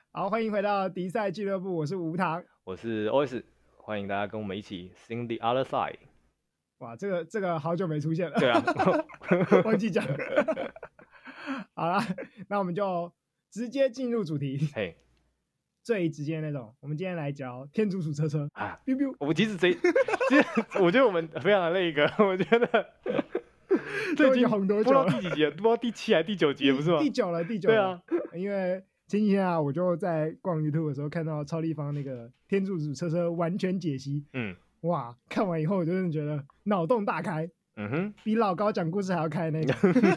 好，欢迎回到迪赛俱乐部，我是吴糖。 我是 OS， 欢迎大家跟我们一起 Sing the other side。 哇，这个好久没出现了。 对啊， 忘记讲。好啦，那我们就直接进入主题。 嘿， 最直接的那种，我们今天来聊天竺鼠车车啊 ，biu biu。 我其实我觉得我们非常的那个，我觉得都已经红多久了？ 不知道第几集了，不知道第7还是第9集，不是吗？ 第9了。 对啊， 因为前几天啊，我就在逛 YouTube 的时候看到超立方那个天竺鼠车车完全解析，哇，看完以后我真的觉得脑洞大开，比老高讲故事还要开那个。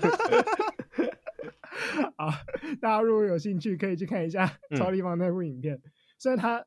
好，大家如果有兴趣可以去看一下超立方那部影片，虽然他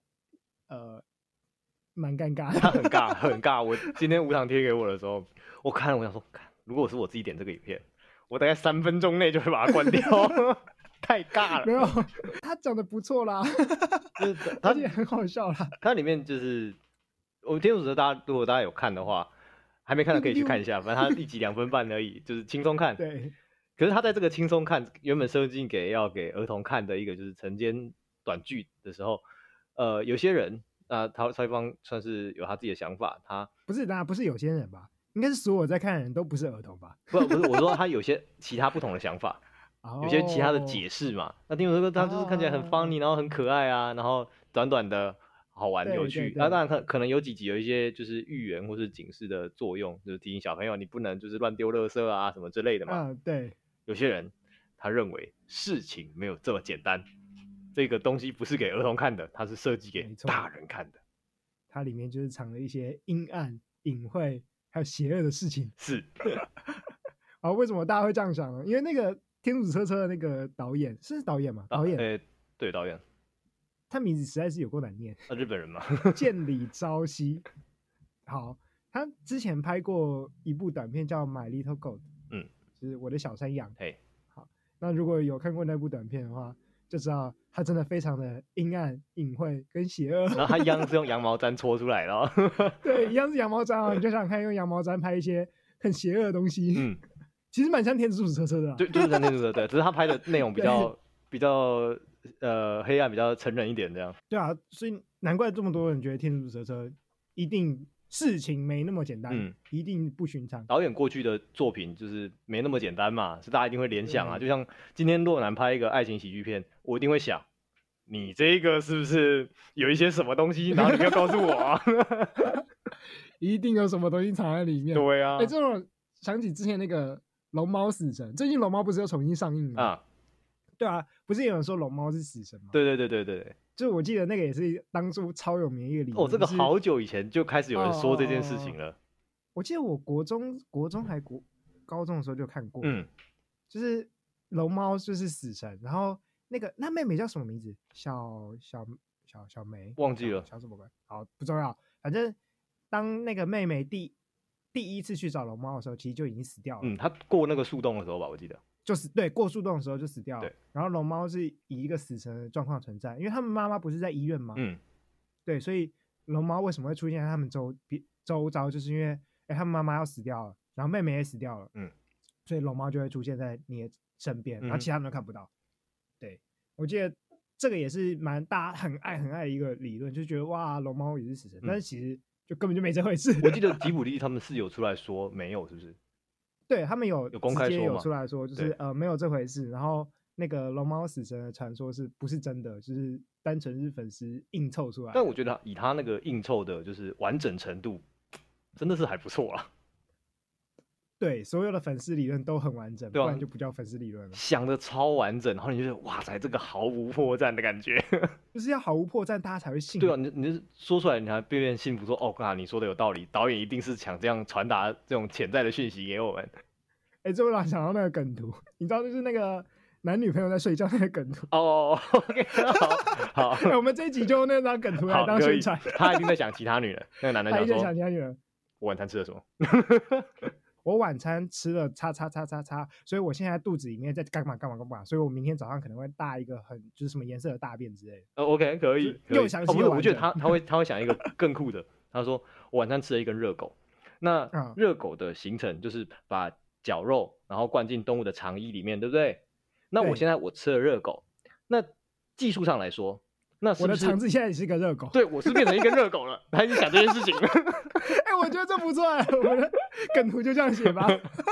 蛮尴尬的， 他很尬很尬。我今天无糖贴给我的时候，我看了我想说，如果我是我自己点这个影片，我大概3分钟内就会把它关掉。太尬了。 没有，他讲的不错啦，而且很好笑啦。 它里面就是我天竺鼠车，如果大家有看的话，还没看的可以去看一下，反正它1集2分半而已，就是轻松看。 对。 可是他在这个轻松看，原本设计要给儿童看的一个就是晨间短剧的时候，有些人曹一方算是有他自己的想法，他不是有些人吧，应该是所有在看的人都不是儿童吧？ 不是，我说他有些其他不同的想法。有些其他的解释嘛，那天竺鼠车它就是看起来很 funny，然后很可爱啊，然后短短的好玩有趣。当然可能有几集有一些就是寓言或是警示的作用，就是提醒小朋友你不能就是乱丢垃圾啊什么之类的嘛。 对。 有些人他认为事情没有这么简单，这个东西不是给儿童看的，它是设计给大人看的。 它里面就是藏了一些阴暗、隐晦还有邪恶的事情。 是。 好，为什么大家会这样想呢？因为那个天竺鼠车车的那个导演是导演吗？导演， 对，导演。 他名字实在是有够难念。 日本人嘛。 见里朝夕。好，他之前拍过一部短片叫《My Little Goat》，就是我的小山羊。好，那如果有看过那部短片的话，就知道他真的非常的阴暗、隐晦跟邪恶。 然后他一样是用羊毛毡搓出来的。 对，一样是羊毛毡啊，你就想想看，用羊毛毡拍一些很邪恶的东西。其实蛮像天竺鼠车车的。 就是像天竺鼠车，对，只是他拍的内容比较黑暗，比较成人一点这样。 对啊，所以难怪这么多人觉得天竺鼠车车一定事情没那么简单，一定不寻常。 导演过去的作品就是没那么简单嘛，是大家一定会联想啊。就像今天洛南拍一个爱情喜剧片，我一定会想，你这个是不是有一些什么东西，然后你要告诉我啊。 一定有什么东西藏在里面。 对啊。 这种想起之前那个龙猫死神，最近龙猫不是又重新上映吗？对啊，不是有人说龙猫是死神吗？ 对， 就我记得那个也是当初超有名一个理论。 这个好久以前就开始有人说这件事情了。 我记得我国中还高中的时候就看过。就是龙猫就是死神，然后那妹妹叫什么名字？小梅， 忘记了。 小什么鬼？好，不重要。反正当那个妹妹第一次去找龙猫的时候，其实就已经死掉了。 她过那个树洞的时候吧，我记得。 就是对，过树洞的时候就死掉了。然后龙猫是以一个死神的状况存在，因为他们妈妈不是在医院吗？对，所以龙猫为什么会出现在他们周遭，就是因为他们妈妈要死掉了，然后妹妹也死掉了。所以龙猫就会出现在你的身边，然后其他人都看不到。对，我记得这个也是大家很爱的一个理论，就觉得哇，龙猫也是死神，但是其实就根本就没这回事。 我记得吉卜力他们是有出来说没有，是不是？ 对，他们有公开说有出来说，就是没有这回事。然后那个龙猫死神的传说是不是真的？就是单纯是粉丝硬凑出来。 但我觉得以他那个硬凑的，就是完整程度，真的是还不错啦。 对，所有的粉丝理论都很完整，不然就不叫粉丝理论了。 想的超完整，然后你就觉得哇塞，这个毫无破绽的感觉。 就是要毫无破绽，大家才会信。 对啊，你说出来，你还变信服说哦，你说的有道理，导演一定是想这样传达这种潜在的讯息给我们。 这会让我想到那个梗图，你知道，就是那个男女朋友在睡觉那个梗图。 OK， 好。 我们这一集就用那张梗图来当宣传。 他一定在想其他女人，那个男的想说， 他一定在想其他女人。 我晚餐吃了什么？ 我晚餐吃了叉，所以我现在肚子里面在干嘛，所以我明天早上可能会大一个就是什么颜色的大便之类的。 OK， 可以。 又详细又完整。 我觉得他会想一个更酷的，他说我晚餐吃了一根热狗，那热狗的形成就是把绞肉然后灌进动物的肠衣里面，对不对？那我现在我吃了热狗，那技术上来说，那是不是我的肠子现在也是个热狗？ 对，我是变成一个热狗了，他已经想这件事情了。 我觉得这不错，我们的梗图就这样写吧。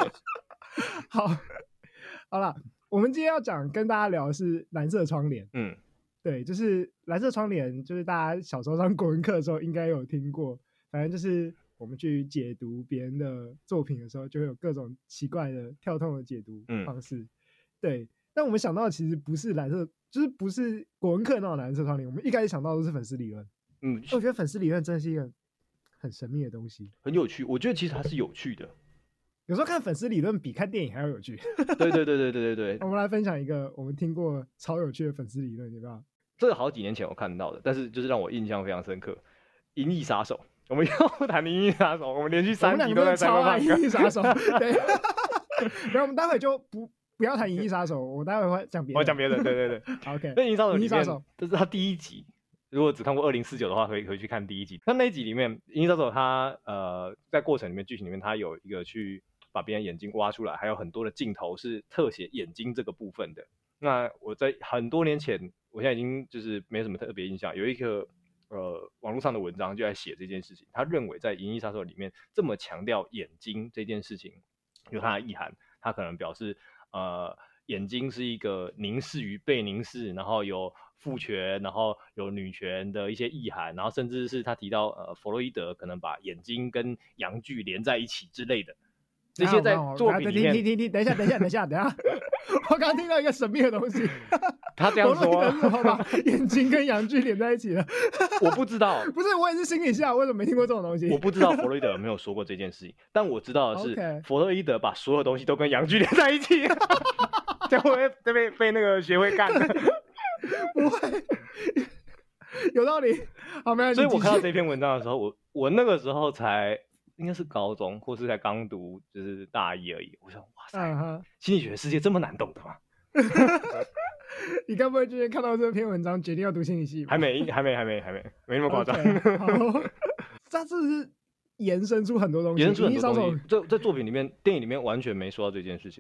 好了，我们今天要跟大家聊的是蓝色窗帘。对，就是蓝色窗帘，就是大家小时候上国文课的时候应该有听过。反正就是我们去解读别人的作品的时候，就会有各种奇怪的跳痛的解读方式。对，但我们想到的其实不是蓝色，就是不是国文课那种蓝色窗帘。我们一开始想到的都是粉丝理论。我觉得粉丝理论真的是一个很神秘的东西， 很有趣。我觉得其实它是有趣的。 有时候看粉丝理论比看电影还要有趣。 对。 我们来分享一个我们听过超有趣的粉丝理论，你知道吗？ 这个好几年前我看到的，但是就是让我印象非常深刻。《银翼杀手》，我们要谈《银翼杀手》，我们连续3集都在超爱《银翼杀手》。对，然后我们待会就不要谈《银翼杀手》，我待会会讲别的。 我讲别的，对。 OK， 那《银翼杀手》里面，这是他第1集。如果只看过2049的话，可以回去看第1集。那一集里面，《银翼杀手》他在过程里面、剧情里面，他有一个去把别人眼睛挖出来，还有很多的镜头是特写眼睛这个部分的。那我在很多年前，我现在已经就是没什么特别印象，有一个网络上的文章就在写这件事情。他认为在《银翼杀手》里面这么强调眼睛这件事情，有它的意涵。他可能表示眼睛是一个凝视与被凝视，然后有父权，然后有女权的一些意涵，然后甚至是他提到弗洛伊德可能把眼睛跟阳具连在一起之类的。这些在作品里面， 停，等一下，我刚听到一个神秘的东西。 他这样说， 怎么把眼睛跟阳具连在一起了？ 我不知道， 不是，我也是心理下，为什么没听过这种东西？ 我不知道弗洛伊德有没有说过这件事情，但我知道的是，弗洛伊德把所有东西都跟阳具连在一起，这样会被那个学会干。 不会，有道理。好，没关系。 所以我看到这篇文章的时候，我那个时候才。应该是高中，或是才刚读，就是大1而已。我想，哇塞，心理学世界这么难懂的吗？ 你该不会今天看到这篇文章，决定要读心理系吧？ 还没那么夸张。 它是延伸出很多东西， 延伸出很多东西。在作品里面、电影里面完全没说到这件事情。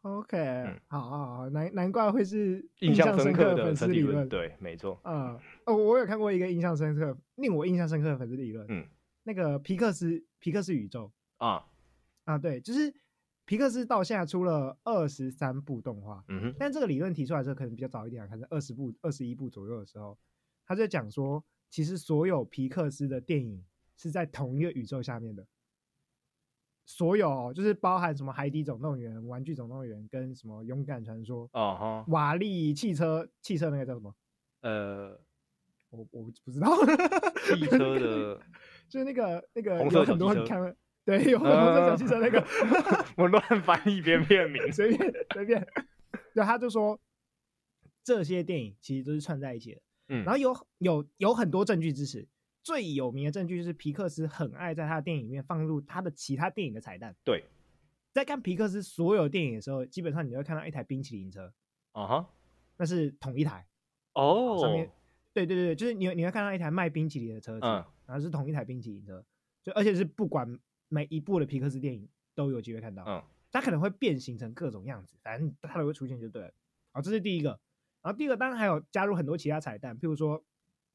OK，好，难怪会是印象深刻的粉丝理论。 对，没错。 我有看过一个令我印象深刻的粉丝理论。那个皮克斯宇宙对，就是皮克斯到现在出了23部动画。但这个理论提出来的时候可能比较早一点，可能21部左右的时候，他就讲说，其实所有皮克斯的电影是在同一个宇宙下面的，所有就是包含什么海底总动员、玩具总动员跟什么勇敢传说、瓦力汽车那个叫什么？我不知道。 汽车的。 就是那个红色很多很看对，有红色小汽车那个。 我乱翻译片名， 随便。然后他就说，这些电影其实都是串在一起的。然后有很多证据支持。最有名的证据就是皮克斯很爱在他的电影里面放入他的其他电影的彩蛋。 对， 在看皮克斯所有电影的时候，基本上你会看到一台冰淇淋车。那是同一台。上面对，就是你会看到一台卖冰淇淋的车子。然后是同一台冰淇淋车，而且是不管每一部的皮克斯电影都有机会看到。它可能会变形成各种样子，反正它都会出现就对了。好，这是第一个。然后第二个当然还有加入很多其他彩蛋，譬如说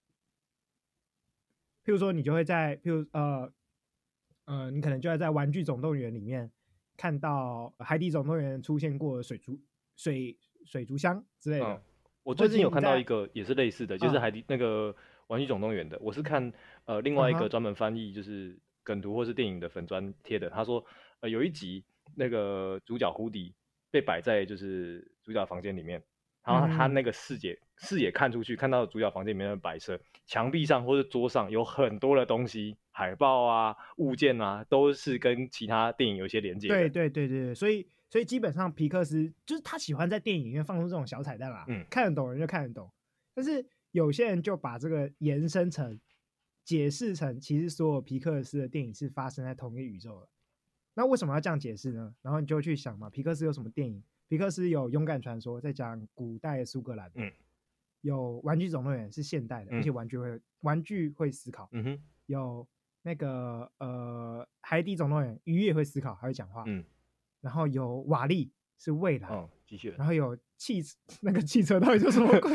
你就会在你可能就会在玩具总动员里面看到海底总动员出现过水族箱之类的。 我最近有看到一个也是类似的，就是海底那个玩具总动员的。我是看另外一个专门翻译就是梗图或是电影的粉专贴的。他说有一集那个主角胡迪被摆在就是主角房间里面，然后他那个视野看出去，看到主角房间里面的摆设，墙壁上或者桌上有很多的东西，海报啊、物件啊，都是跟其他电影有一些连接的。 对，所以基本上皮克斯就是他喜欢在电影里面放出这种小彩蛋啦。看得懂人就看得懂。但是有些人就把这个延伸成解释成，其实所有皮克斯的电影是发生在同一个宇宙的。那为什么要这样解释呢？然后你就去想嘛，皮克斯有什么电影？皮克斯有勇敢传说，在讲古代的苏格兰。有玩具总动员是现代的，而且玩具会思考。有那个海底总动员，鱼也会思考，还会讲话。然后有瓦力是未来， 机器人。 然后有那个汽车到底是什么鬼？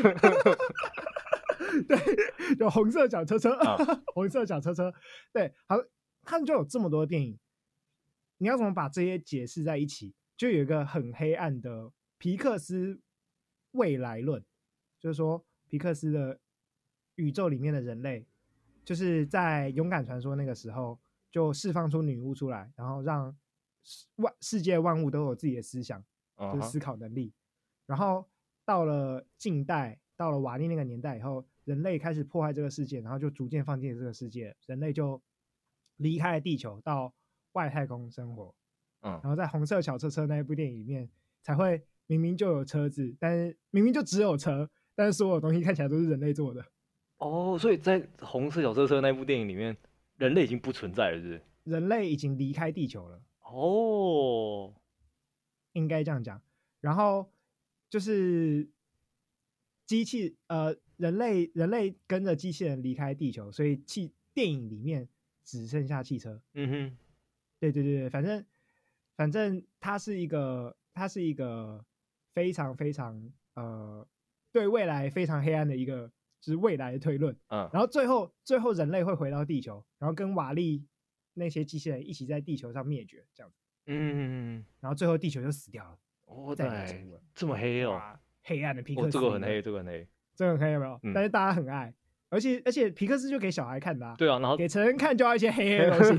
对，有红色小车车，红色小车车，对，好，他们就有这么多电影，你要怎么把这些解释在一起？就有一个很黑暗的皮克斯未来论，就是说皮克斯的宇宙里面的人类，就是在勇敢传说那个时候就释放出女巫出来，然后让世界万物都有自己的思想，就是思考能力。然后到了近代，到了瓦力那个年代以后，人类开始破坏这个世界，然后就逐渐放弃了这个世界，人类就离开了地球，到外太空生活。然后在红色小车车那一部电影里面，才会明明就有车子，但是明明就只有车，但是所有东西看起来都是人类做的。 哦，所以在红色小车车那部电影里面，人类已经不存在了，是不是？人类已经离开地球了。 哦， 应该这样讲。然后就是机器，人类跟着机器人离开地球，所以电影里面只剩下汽车。 嗯哼， 对，反正它是一个非常非常对未来非常黑暗的一个就是未来的推论。然后最后人类会回到地球，然后跟瓦力那些机器人一起在地球上灭绝，这样子。然后最后地球就死掉了。 对，这么黑哦， 黑暗的皮克斯。 这个很黑，这个很黑，有没有？但是大家很爱，而且皮克斯就给小孩看的啊。 对啊，然后给成人看就要一些黑的东西。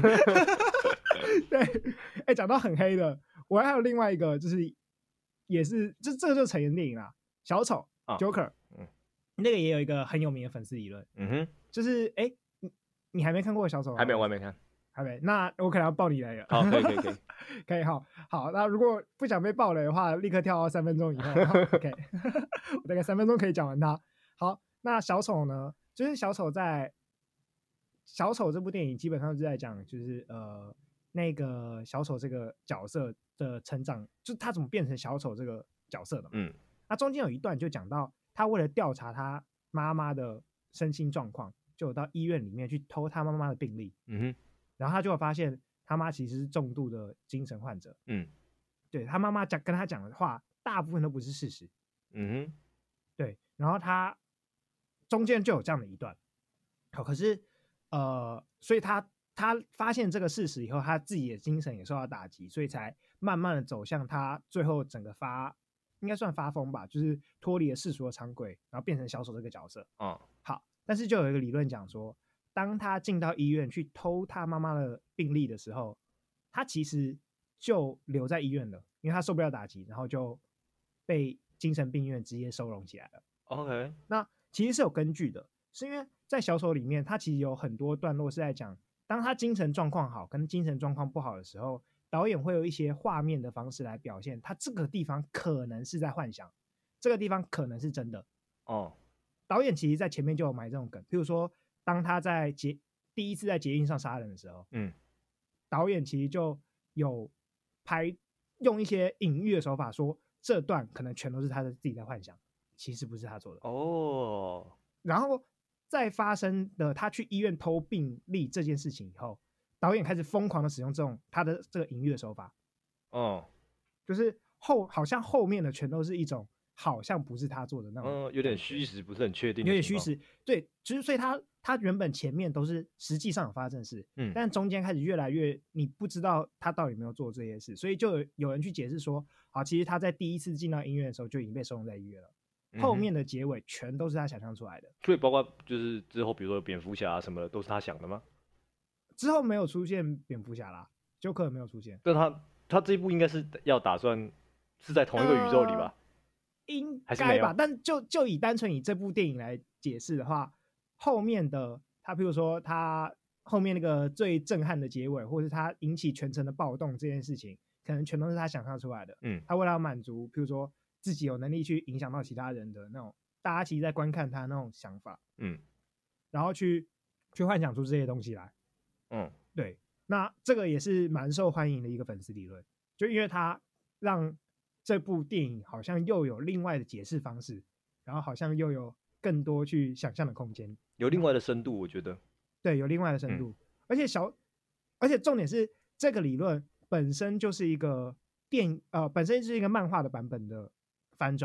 对，讲到很黑的，我还有另外一个，就是也是这个就是成人电影啦，小丑 Joker，那个也有一个很有名的粉丝理论。就是你还没看过小丑？ 还没有，我还没看。 还没，那我可能要爆你雷了。 好，可以， 可以，好，那如果不想被爆雷的话，立刻跳到3分钟以后。OK， 我大概3分钟可以讲完它。好，那小丑呢？就是小丑这部电影基本上是在讲，就是那个小丑这个角色的成长，就是他怎么变成小丑这个角色的嘛。那中间有一段就讲到，他为了调查他妈妈的身心状况，就有到医院里面去偷他妈妈的病历。然后他就会发现他妈其实是重度的精神患者。对，他妈妈跟他讲的话大部分都不是事实。对，然后他中间就有这样的一段。好，可是所以他发现这个事实以后，他自己的精神也受到打击，所以才慢慢的走向他最后整个应该算发疯吧，就是脱离了世俗的常轨，然后变成小丑这个角色。好，但是就有一个理论讲说，当他进到医院去偷他妈妈的病历的时候，他其实就留在医院了，因为他受不了打击，然后就被精神病院直接收容起来了。 OK， 那其实是有根据的，是因为在小丑里面，他其实有很多段落是在讲，当他精神状况好跟精神状况不好的时候，导演会有一些画面的方式来表现，他这个地方可能是在幻想，这个地方可能是真的。导演其实在前面就有埋这种梗，譬如说，当他在第一次在捷运上杀人的时候，导演其实就有用一些隐喻的手法说，这段可能全都是他自己在幻想，其实不是他做的。然后在发生的他去医院偷病历这件事情以后，导演开始疯狂的使用他的这个隐喻的手法。就是好像后面的全都是一种好像不是他做的那种， 有点虚实，不是很确定， 有点虚实。对，其实所以他原本前面都是实际上有发生的事，但中间开始越来越你不知道他到底有没有做这些事，所以就有人去解释说，好，其实他在第一次进到医院的时候就已经被收容在医院了。后面的结尾全都是他想象出来的。 所以包括就是之后比如说蝙蝠侠什么的都是他想的吗？ 之后没有出现蝙蝠侠啦，Joker没有出现。 但他这一部应该是要打算是在同一个宇宙里吧？ 应该吧，但就单纯以这部电影来解释的话，后面的他，譬如说他后面那个最震撼的结尾，或是他引起全城的暴动这件事情，可能全都是他想象出来的。他为了要满足，譬如说自己有能力去影响到其他人的那种，大家其实在观看他那种想法，然后去幻想出这些东西来。对，那这个也是蛮受欢迎的一个粉丝理论，就因为他让这部电影好像又有另外的解释方式，然后好像又有更多去想象的空间， 有另外的深度，我觉得。 对，有另外的深度，而且重点是这个理论本身就是一个本身就是一个漫画的版本的翻转。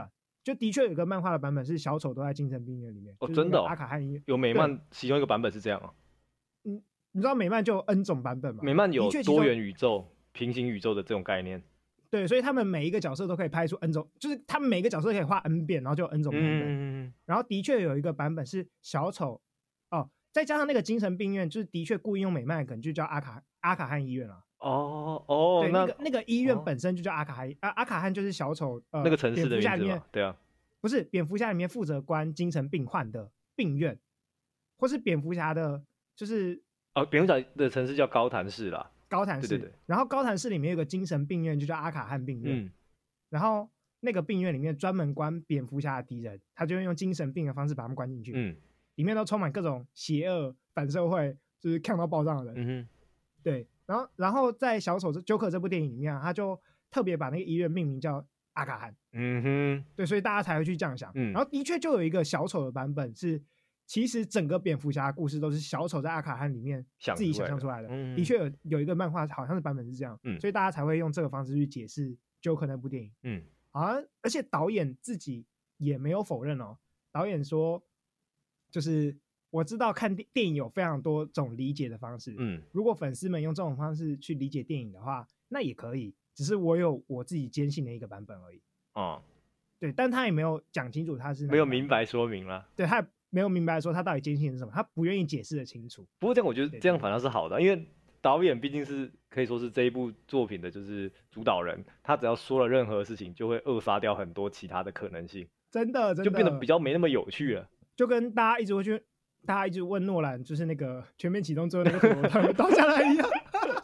就的确有个漫画的版本是小丑都在精神病院里面。 真的阿卡汉医院有美漫其中一个版本是这样啊。 你知道美漫就有 N 种版本吗？ 美漫有多元宇宙、平行宇宙的这种概念。 对，所以他们每一个角色都可以拍出 N 种，就是他们每一个角色可以画 N 遍，然后就有 N 种版本。然后的确有一个版本是小丑再加上那个精神病院，就是的确故意用美漫的梗就叫阿卡汉医院了。对，那个医院本身就叫阿卡汉。阿卡汉就是小丑那个城市的名字嘛。对啊， 不是蝙蝠侠里面负责关精神病患的病院，或是蝙蝠侠的，就是蝙蝠侠的城市叫高谭市啦。 高谭市，对，然后高谭市里面有个精神病院，就叫阿卡汉病院。然后那个病院里面专门关蝙蝠侠的敌人，他就会用精神病的方式把他们关进去。里面都充满各种邪恶、反社会，就是看到爆炸的人。对，然后在小丑Joker 这部电影里面他就特别把那个医院命名叫阿卡汉。对，所以大家才会去这样想。然后的确就有一个小丑的版本是。其实整个蝙蝠侠的故事都是小丑在阿卡汉里面自己想象出来的。的确有一个漫画好像是版本是这样。所以大家才会用这个方式去解释 Joker 那部电影。而且导演自己也没有否认导演说就是我知道看电影有非常多种理解的方式。如果粉丝们用这种方式去理解电影的话，那也可以，只是我有我自己坚信的一个版本而已。对，但他也没有讲清楚他是没有明白说明了。 对，他没有明白说他到底坚信是什么，他不愿意解释的清楚。 不过这样我觉得这样反而是好的，因为导演毕竟是可以说是这一部作品的就是主导人，他只要说了任何事情就会扼杀掉很多其他的可能性。 真的就变得比较没那么有趣了。 就跟大家一直问诺兰，就是那个全面启动之后那个陀螺倒下来一样。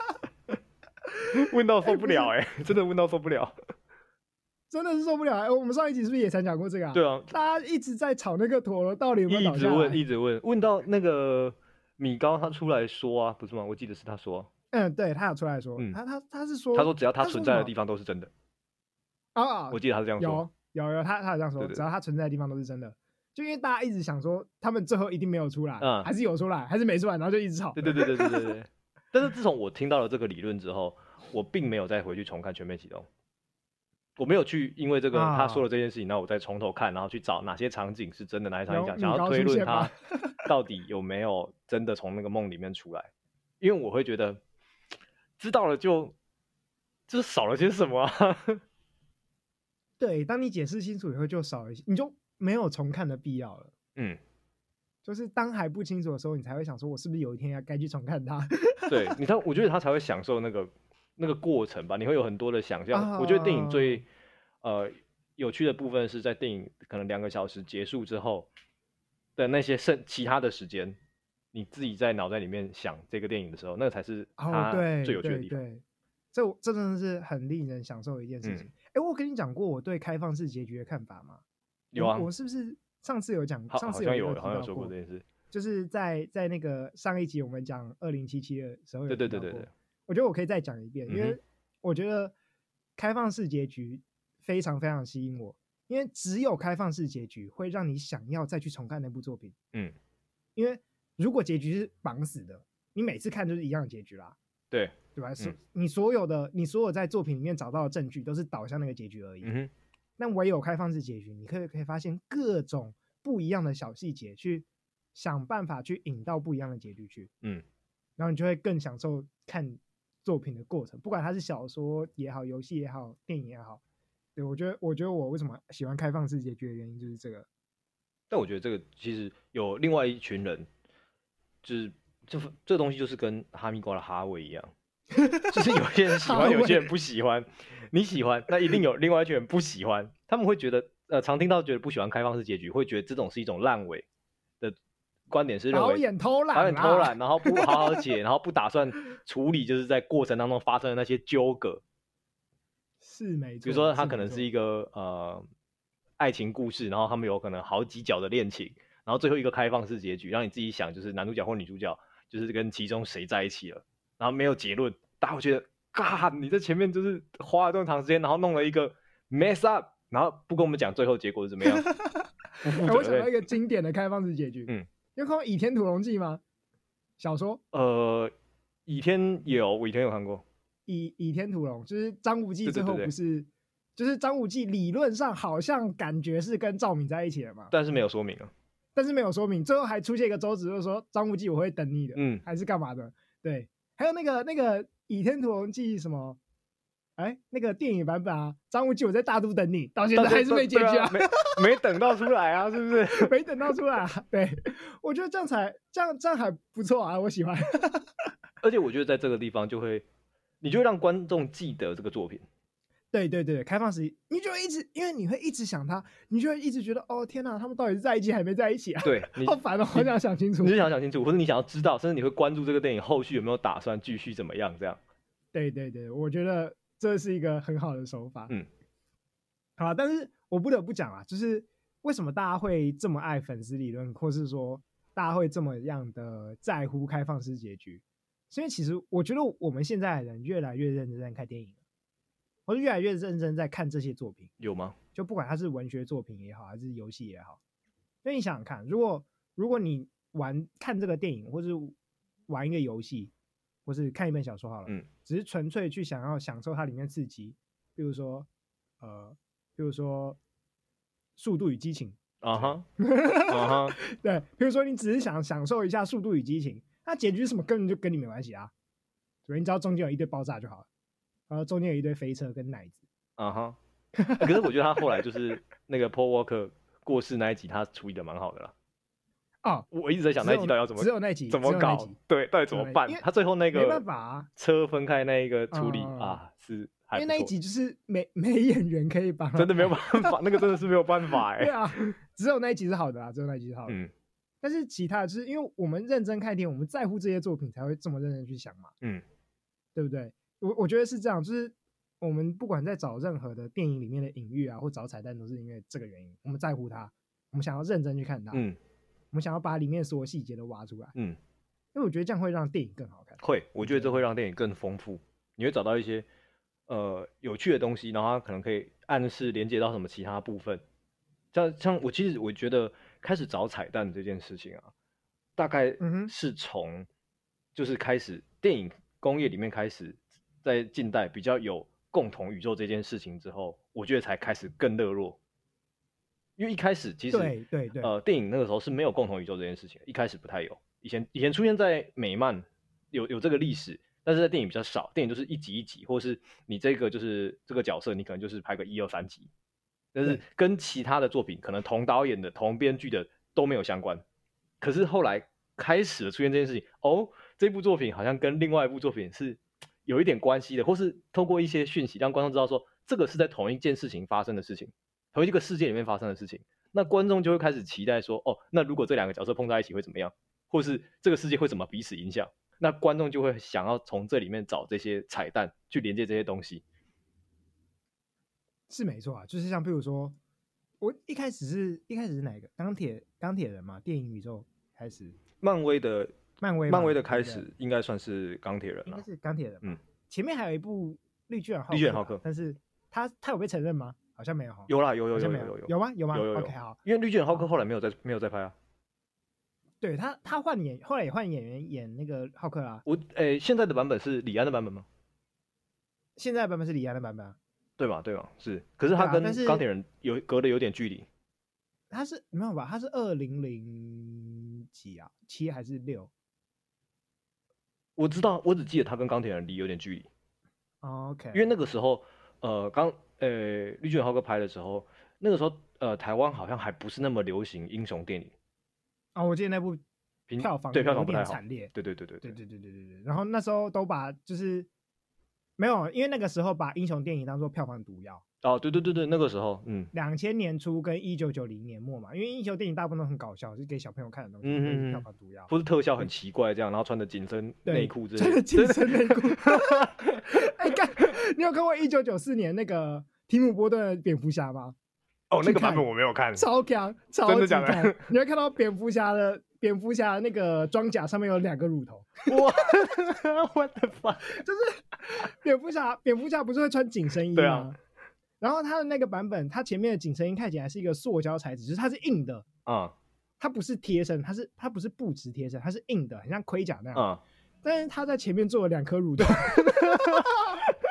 问到受不了真的问到受不了。 真的是受不了我们上一集是不是也才讲过这个对啊， 大家一直在吵那个陀螺到底有没有倒下来， 一直问到那个米高他出来说不是吗？我记得是他说。 对，他有出来说。他是说， 他说只要他存在的地方都是真的。 我记得他是这样说。 有他有这样说。只要他存在的地方都是真的。就因为大家一直想说他们最后一定没有出来，还是有出来，还是没出来，然后就一直吵。 对。但是自从我听到了这个理论之后，我并没有再回去重看全面启动。我没有去因为这个他说了这件事情，然后我再从头看，然后去找哪些场景是真的，哪些场景想要推论他到底有没有真的从那个梦里面出来。因为我会觉得知道了就是少了些什么对，当你解释清楚以后就少了一些，你就没有重看的必要了。就是当还不清楚的时候，你才会想说我是不是有一天该去重看它。 对，你看我觉得他才会享受那个过程吧，你会有很多的想象。我觉得电影最有趣的部分是在电影可能2个小时结束之后的那些其他的时间，你自己在脑袋里面想这个电影的时候，那个才是它最有趣的地方。 对，这真的是很令人享受的一件事情。我跟你讲过我对开放式结局的看法吗？ 有啊， 我是不是上次有讲？ 好像有说过这件事。 就是在那个上一集我们讲2077的时候有提到过。 对。 我觉得我可以再讲一遍，因为我觉得开放式结局非常非常吸引我，因为只有开放式结局会让你想要再去重看那部作品。因为如果结局是绑死的，你每次看就是一样的结局啦。对吧？你所有在作品里面找到的证据都是导向那个结局而已。但唯有开放式结局，你可以发现各种不一样的小细节，去想办法去引到不一样的结局去。然后你就会更享受看作品的过程，不管它是小说也好，游戏也好，电影也好。对，我觉得我为什么喜欢开放式结局的原因就是这个。 但我觉得这个其实有另外一群人，就是这东西就是跟哈密瓜的哈味一样，就是有些人喜欢，有些人不喜欢。你喜欢，那一定有另外一群人不喜欢，他们会觉得常听到觉得不喜欢开放式结局，会觉得这种是一种烂尾的观点，是认为导演偷懒， 然后不好好解，然后不打算处理就是在过程当中发生的那些纠葛。 是没错。 比如说他可能是一个爱情故事，然后他们有可能好几角的恋情，然后最后一个开放式结局，让你自己想就是男主角或女主角就是跟其中谁在一起了，然后没有结论，大家会觉得你在前面就是花了这么长时间，然后弄了一个 mess up， 然后不跟我们讲最后结果是怎么样。 我想到一个经典的开放式结局。你有看过《倚天屠龙记》吗？小说？ 倚天有，我倚天有看过。 倚天屠龙就是张无忌最后不是就是张无忌理论上好像感觉是跟赵敏在一起的嘛， 但是没有说明啊。 但是没有说明，最后还出现一个周子，就是说张无忌我会等你的，还是干嘛的？对，还有那个《倚天屠龙记》什么，那个电影版本啊，张无忌我在大都等你，到现在还是没结局啊， 没等到出来啊，是不是？ 没等到出来啊，对，我觉得这样还不错啊，我喜欢。 而且我觉得在这个地方你就会让观众记得这个作品。 对，开放时你就会因为你会一直想他，你就会一直觉得哦天哪，他们到底是在一起还没在一起啊？ 对， 好烦哦，好想想清楚。 你就想清楚，或者你想要知道，甚至你会关注这个电影后续有没有打算继续怎么样这样。 对，我觉得这是一个很好的手法。好，但是我不得不讲啊，就是为什么大家会这么爱粉丝理论，或是说大家会这么样的在乎开放式结局，是因为其实我觉得我们现在的人越来越认真在看电影了。我是越来越认真在看这些作品。 有吗？ 就不管它是文学作品也好，还是游戏也好，因为你想想看，如果你看这个电影，或是玩一个游戏，或是看一本小说好了，只是纯粹去想要享受它里面刺激，比如说《速度与激情》对，比如说你只是想享受一下《速度与激情》，那结局什么根本就跟你没关系啊，对，你只要中间有一堆爆炸就好了。然后中间有一堆飞车跟奶子。 可是我觉得他后来就是那个 Paul Walker 过世那一集，他处理的蛮好的啦。我一直在想那一集到底要怎么， 只有那集怎么搞？对，到底怎么办？他最后那个没办法啊， 车分开那一个处理啊，是还因为那一集就是没演员可以帮， 真的没有办法，那个真的是没有办法对啊，只有那一集是好的啦，只有那一集是好的。但是其他的就是因为我们认真看电影，我们在乎这些作品，才会这么认真去想嘛。对不对？我觉得是这样，就是我们不管在找任何的电影里面的隐喻啊，或找彩蛋，都是因为这个原因，我们在乎它，我们想要认真去看它，我们想要把里面所有细节都挖出来，因为我觉得这样会让电影更好看。 我觉得这会让电影更丰富，你会找到一些有趣的东西，然后它可能可以暗示连接到什么其他部分。像我其实我觉得开始找彩蛋这件事情啊，大概是从就是开始电影工业里面开始在近代比较有共同宇宙这件事情之后，我觉得才开始更热络。因为一开始其实对电影那个时候是没有共同宇宙这件事情，一开始不太有。以前出现在美漫有这个历史，但是在电影比较少，电影就是一集一集，或是你这个就是这个角色，你可能就是拍个1、2、3集，但是跟其他的作品可能同导演的、同编剧的都没有相关。可是后来开始了出现这件事情，这部作品好像跟另外一部作品是有一点关系的，或是透过一些讯息让观众知道说这个是在同一件事情发生的事情，同一个世界里面发生的事情，那观众就会开始期待说，那如果这两个角色碰在一起会怎么样，或是这个世界会怎么彼此影响，那观众就会想要从这里面找这些彩蛋去连接这些东西。 是没错啊，就是像譬如说我一开始是哪一个钢铁人嘛，电影宇宙开始， 漫威的开始应该算是钢铁人了， 应该是钢铁人。前面还有一部绿巨人浩克，但是他有被承认吗？好像没有。 有啦，有吗？有吗？ OK 好， 因为绿巨人浩克后来没有再拍啊。 对他后来也换演员演那个浩克啦。 现在的版本是李安的版本吗？ 现在的版本是李安的版本啊。 对吧？是，可是他跟钢铁人隔得有点距离。 他是没有吧？他是2000几啊，7还是6？ 我知道，我只记得他跟钢铁人离有点距离。 OK。 因为那个时候，绿巨人浩克拍的时候，那个时候台湾好像还不是那么流行英雄电影。 我记得那部票房不太好， 惨烈。 对。 然后那时候都把就是没有，因为那个时候把英雄电影当作票房毒药。 对，那个时候 ，2000年初跟1990年末嘛，因为英雄电影大部分都很搞笑，是给小朋友看的东西，票房毒药， 或是特效很奇怪这样，然后穿着紧身内裤之类的， 穿着紧身内裤。你有看过1994年那个提姆波顿的蝙蝠侠吗？ 那个版本我没有看， 超强， 真的假的？ 你会看到蝙蝠侠的那个装甲上面有2个乳头。 哇，What the fuck？ 就是蝙蝠侠不是会穿紧身衣吗？ 对啊。 然后他的那个版本，他前面的紧身衣看起来是一个塑胶材质，就是它是硬的它不是贴身，它不是布质贴身，它是硬的，很像盔甲那样但是他在前面做了2颗乳头。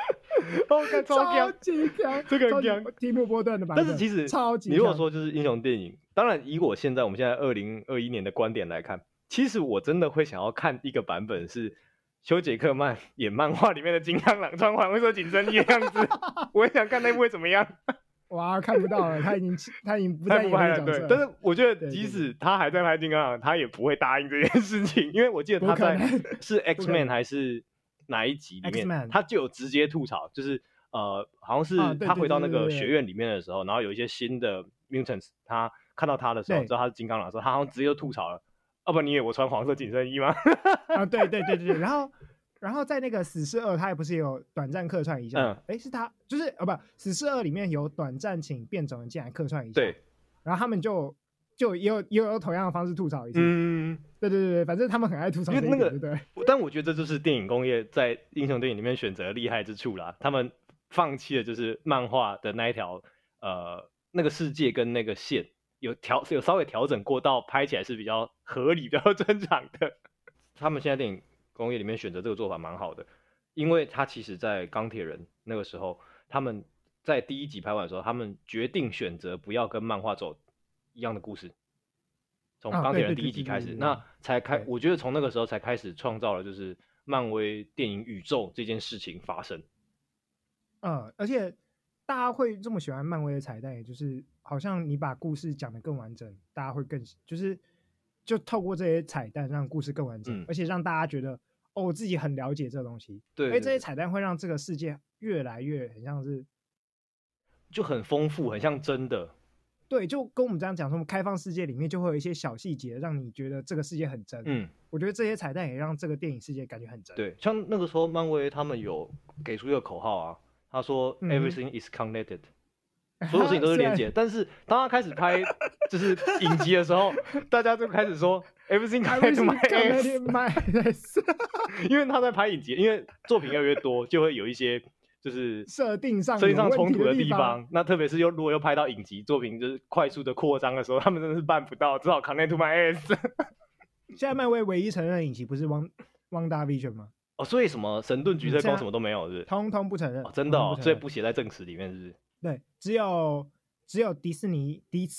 超级强， 这个强， 提姆波顿的版本。 但是其实超级， 你如果说就是英雄电影，当然以我们现在2021年的观点来看，其实我真的会想要看一个版本是休·杰克曼演漫画里面的金刚狼穿黄色紧身衣的样子，我也想看那部会怎么样。 哇，看不到了，他已经不再演那个角色。 但是我觉得即使他还在拍金刚狼，他也不会答应这件事情，因为我记得他在是 X-Men 还是哪一集里面，他就有直接吐槽，就是好像是他回到那个学院里面的时候，然后有一些新的 mutants， 他看到他的时候，知道他是金刚狼的时候，他好像直接就吐槽了，不，你以为我穿黄色紧身衣吗？ 对，然后在那个死侍2，他也不是有短暂客串一下？是他，就是不，死侍2里面有短暂请变种人进来客串一下。对，然后他们就也有同样的方式吐槽一次。对，反正他们很爱吐槽这一点，对不对？ 但我觉得这就是电影工业在英雄电影里面选择厉害之处啦。他们放弃了就是漫画的那一条那个世界跟那个线有稍微调整过，到拍起来是比较合理、比较正常的。他们现在电影工业里面选择这个做法蛮好的，因为他其实在钢铁人那个时候，他们在第1集拍完的时候，他们决定选择不要跟漫画走一样的故事，从钢铁人第1集开始，那我觉得从那个时候才开始创造了就是漫威电影宇宙这件事情发生。 而且大家会这么喜欢漫威的彩蛋，也就是好像你把故事讲得更完整，大家会更就透过这些彩蛋让故事更完整，而且让大家觉得我自己很了解这个东西。对，因为这些彩蛋会让这个世界越来越很像是， 就很丰富，很像真的。 对，就跟我们这样讲说，开放世界里面就会有一些小细节让你觉得这个世界很真。我觉得这些彩蛋也让这个电影世界感觉很真。 对，像那个时候漫威他们有给出一个口号啊，他说 Everything is connected。所有事情都是连结，但是当他开始拍就是影集的时候，大家就开始说 Everything connected to my ass， 因为他在拍影集，因为作品越来越多，就会有一些就是设定上冲突的地方。那特别是如果又拍到影集作品就是快速的扩张的时候，他们真的是办不到，只好 connect to my ass。 现在漫威唯一承认的影集不是WandaVision 吗？ 所以什么神盾局特工什么都没有，是不是？ 通通不承认。 真的所以不写在正史里面，是不是？ 对，只有迪士尼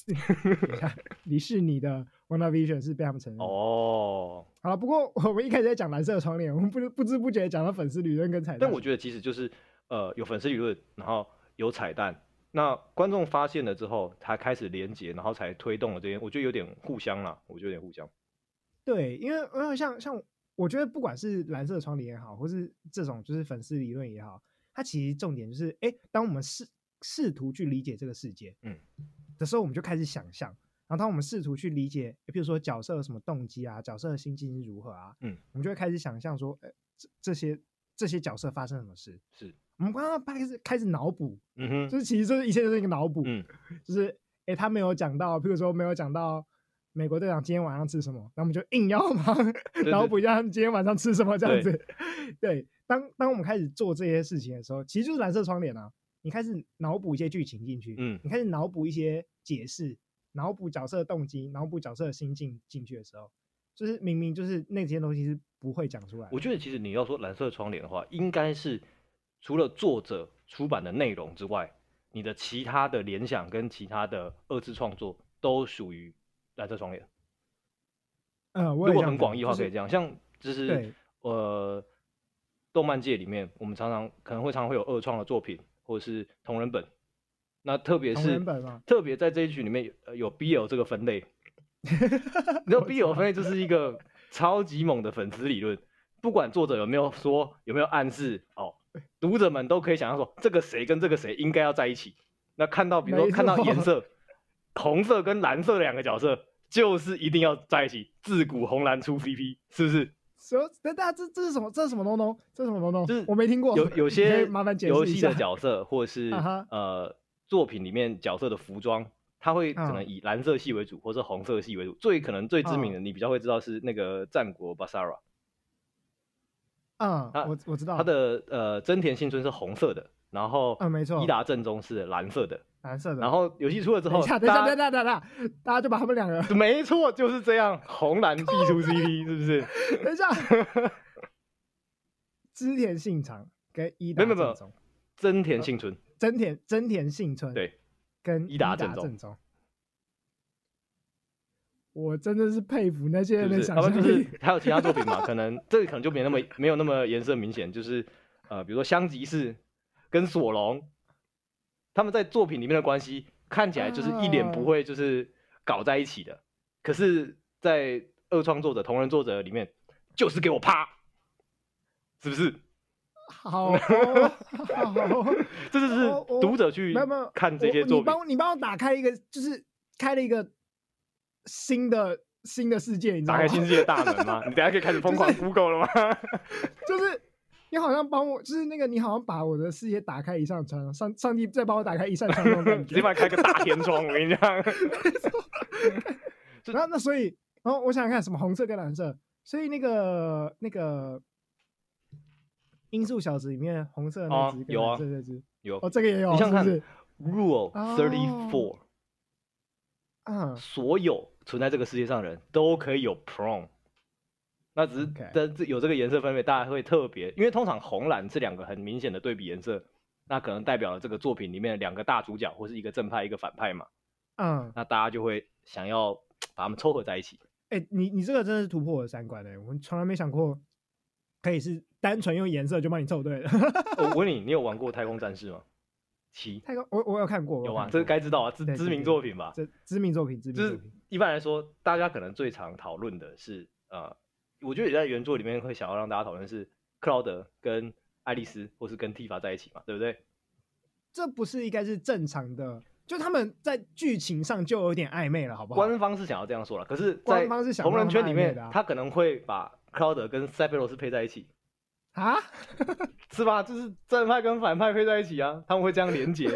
的 WandaVision 是被他们承认。好了，不过我们一开始在讲蓝色的窗帘，我们不知不觉讲到粉丝理论跟彩蛋。 但我觉得其实就是有粉丝理论，然后有彩蛋，那观众发现了之后，才开始连结，然后才推动了这些。我觉得有点互相啦， 对，因为像我觉得不管是蓝色的窗帘也好，或是这种就是粉丝理论也好，它其实重点就是，当我们试图去理解这个世界的时候，我们就开始想象。然后当我们试图去理解，比如说角色有什么动机啊，角色的心境是如何啊，我们就会开始想象说，这些角色发生什么事。是我们刚刚开始脑补，就是其实这一切都是一个脑补，就是他没有讲到，譬如说没有讲到美国队长今天晚上吃什么，那我们就硬要脑补一下他们今天晚上吃什么这样子。对，当我们开始做这些事情的时候，其实就是蓝色窗帘啊。你开始脑补一些剧情进去，你开始脑补一些解释，脑补角色的动机，脑补角色的心境进去的时候，就是明明就是那些东西是不会讲出来的。 我觉得其实你要说蓝色窗帘的话，应该是除了作者出版的内容之外，你的其他的联想跟其他的二次创作都属于蓝色窗帘。如果很广义的话，可以这样，像就是动漫界里面，我们常常会有二创的作品。或者是同人本，那特别在这一群里面有 BL 这个分类，你知道 BL 分类就是一个超级猛的粉丝理论，不管作者有没有暗示读者们都可以想象说这个谁跟这个谁应该要在一起。那比如说看到颜色，红色跟蓝色的两个角色就是一定要在一起，自古红蓝出 CP， 是不是？ 这是什么？这是什么东东？就是我没听过。 有些麻烦解释游戏的角色，或者是作品里面角色的服装，它会可能以蓝色系为主，或者红色系为主。最知名的，你比较会知道是那个战国 Basara。 我知道。 他的真田幸村是红色的，然后没错， 伊达正宗是蓝色的。 然后游戏出了之后， 等一下，大家就把他们两个， 没错，就是这样，红蓝必出 CP， 是不是？ 等一下，织田信长跟伊达正宗， 真田幸村， 真田幸村， 对， 跟伊达正宗。 我真的是佩服那些人的想象力。 就是还有其他作品嘛？可能这个可能就没有那么颜色明显，就是比如说香吉士跟索隆，他们在作品里面的关系看起来就是一脸不会就是搞在一起的，可是，在二创作者、同人作者里面，就是给我啪，是不是？ 好， 这就是读者去看这些作品。 你帮我打开一个，就是开了一个新的世界，你知道吗？ 打开新世界大门吗？你等下可以开始疯狂 Google 了吗？ 就是你好像帮我，就是那个你好像把我的世界打开一扇窗，上帝再帮我打开一扇窗， 直接帮你开个大天窗，我跟你讲。 然后所以，然后我想想看什么红色跟蓝色，所以那个音速小子里面红色的那只跟蓝色那只有这个也有， 你想看是 Rule 34，所有存在这个世界上的人都可以有 Prom， 那只是但有这个颜色分别，大家会特别，因为通常红蓝是两个很明显的对比颜色，那可能代表了这个作品里面的两个大主角，或是一个正派一个反派嘛，那大家就会想要把他们凑合在一起。 你这个真的是突破我的三观我从来没想过可以是单纯用颜色就帮你凑对了。 我问你有玩过太空战士吗？7 太空我有看过， 有啊，这个该知道啊，知名作品吧？ 知名作品， 就是一般来说，大家可能最常讨论的是我觉得也在原作里面会想要让大家讨论是克劳德跟爱丽丝，或是跟蒂法在一起嘛，对不对？ 这不是应该是正常的？就他们在剧情上就有点暧昧了，好不好？ 官方是想要这样说了，可是在同人圈里面，他可能会把克劳德跟塞菲罗斯配在一起啊， 是吧？就是正派跟反派配在一起啊，他们会这样连结。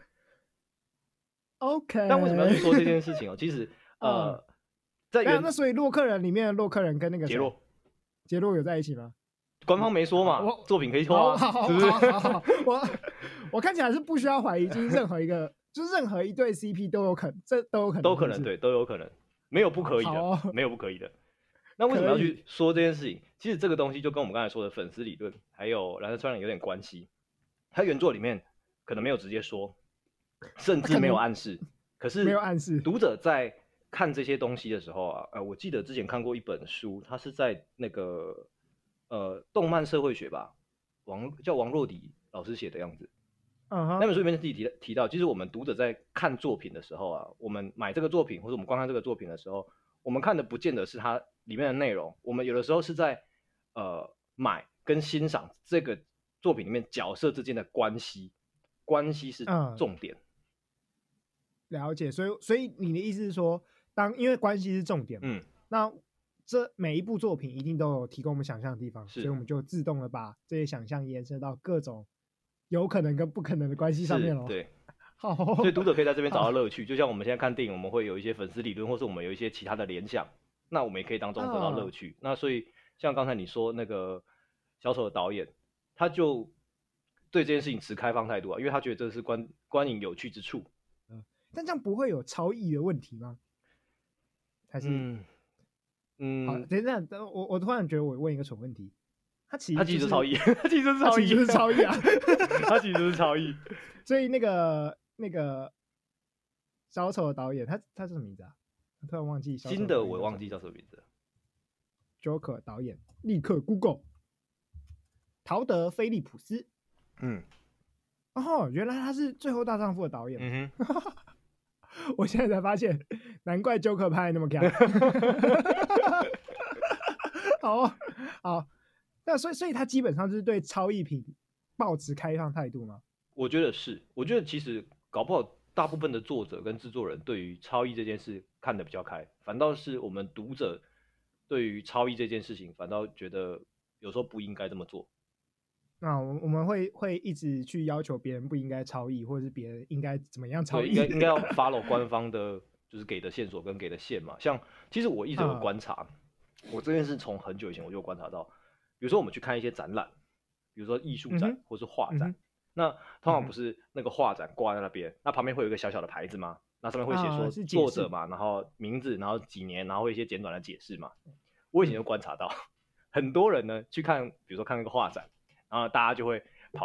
OK， 但为什么要去说这件事情其实在那所以洛克人里面的洛克人跟那个杰洛有在一起吗？ 官方没说嘛，作品可以说啊，是不是？ 好，我看起来是不需要怀疑，就是任何一个，就是任何一对 CP 都有可能，这都有可能， 都可能，对，都有可能，没有不可以的，没有不可以的。那为什么要去说这件事情？其实这个东西就跟我们刚才说的粉丝理论，还有蓝色超人有点关系。他原作里面可能没有直接说，甚至没有暗示，可是没有暗示。 读者在看这些东西的时候我记得之前看过一本书，它是在那个动漫社会学吧，叫王若迪老师写的样子。那本书里面自己提到，其实我们读者在看作品的时候我们买这个作品或者我们观看这个作品的时候，我们看的不见得是它里面的内容，我们有的时候是在买跟欣赏这个作品里面角色之间的关系是重点。 了解，所以你的意思是说，因为关系是重点嘛，那这每一部作品一定都有提供我们想象的地方，所以我们就自动的把这些想象延伸到各种有可能跟不可能的关系上面咯。 对， 好， 所以读者可以在这边找到乐趣。就像我们现在看电影，我们会有一些粉丝理论，或是我们有一些其他的联想，那我们也可以当中得到乐趣。那所以像刚才你说那个小丑的导演，他就对这件事情持开放态度因为他觉得这是观影有趣之处。 但这样不会有超译的问题吗？还是好，等一下，我突然觉得我问一个蠢问题，他其实是超译， 他其实是超译啊， 他其实是超译。 所以那个小丑的导演，他是什么名字啊？我突然忘记。 新的我忘记叫什么名字。 Joker 导演，立刻 Google。陶德·菲利普斯。原来他是《最后大丈夫》的导演。我现在才发现，难怪 Joker 拍得那么强。好，那所以他基本上就是对超译品抱持开放态度吗？ 我觉得是，我觉得其实搞不好大部分的作者跟制作人对于超译这件事看得比较开，反倒是我们读者对于超译这件事情，反倒觉得有时候不应该这么做。 那我们会一直去要求别人不应该超译，或者是别人应该怎么样超译？ 对，应该要 follow 官方的，就是给的线索跟给的线嘛。像其实我一直有观察，我这件事从很久以前我就观察到，比如说我们去看一些展览，比如说艺术展或是画展，那通常不是那个画展挂在那边，那旁边会有一个小小的牌子吗？那上面会写说作者嘛，然后名字，然后几年，然后会一些简短的解释嘛。我以前就观察到，很多人呢去看，比如说看那个画展。然后大家就会跑去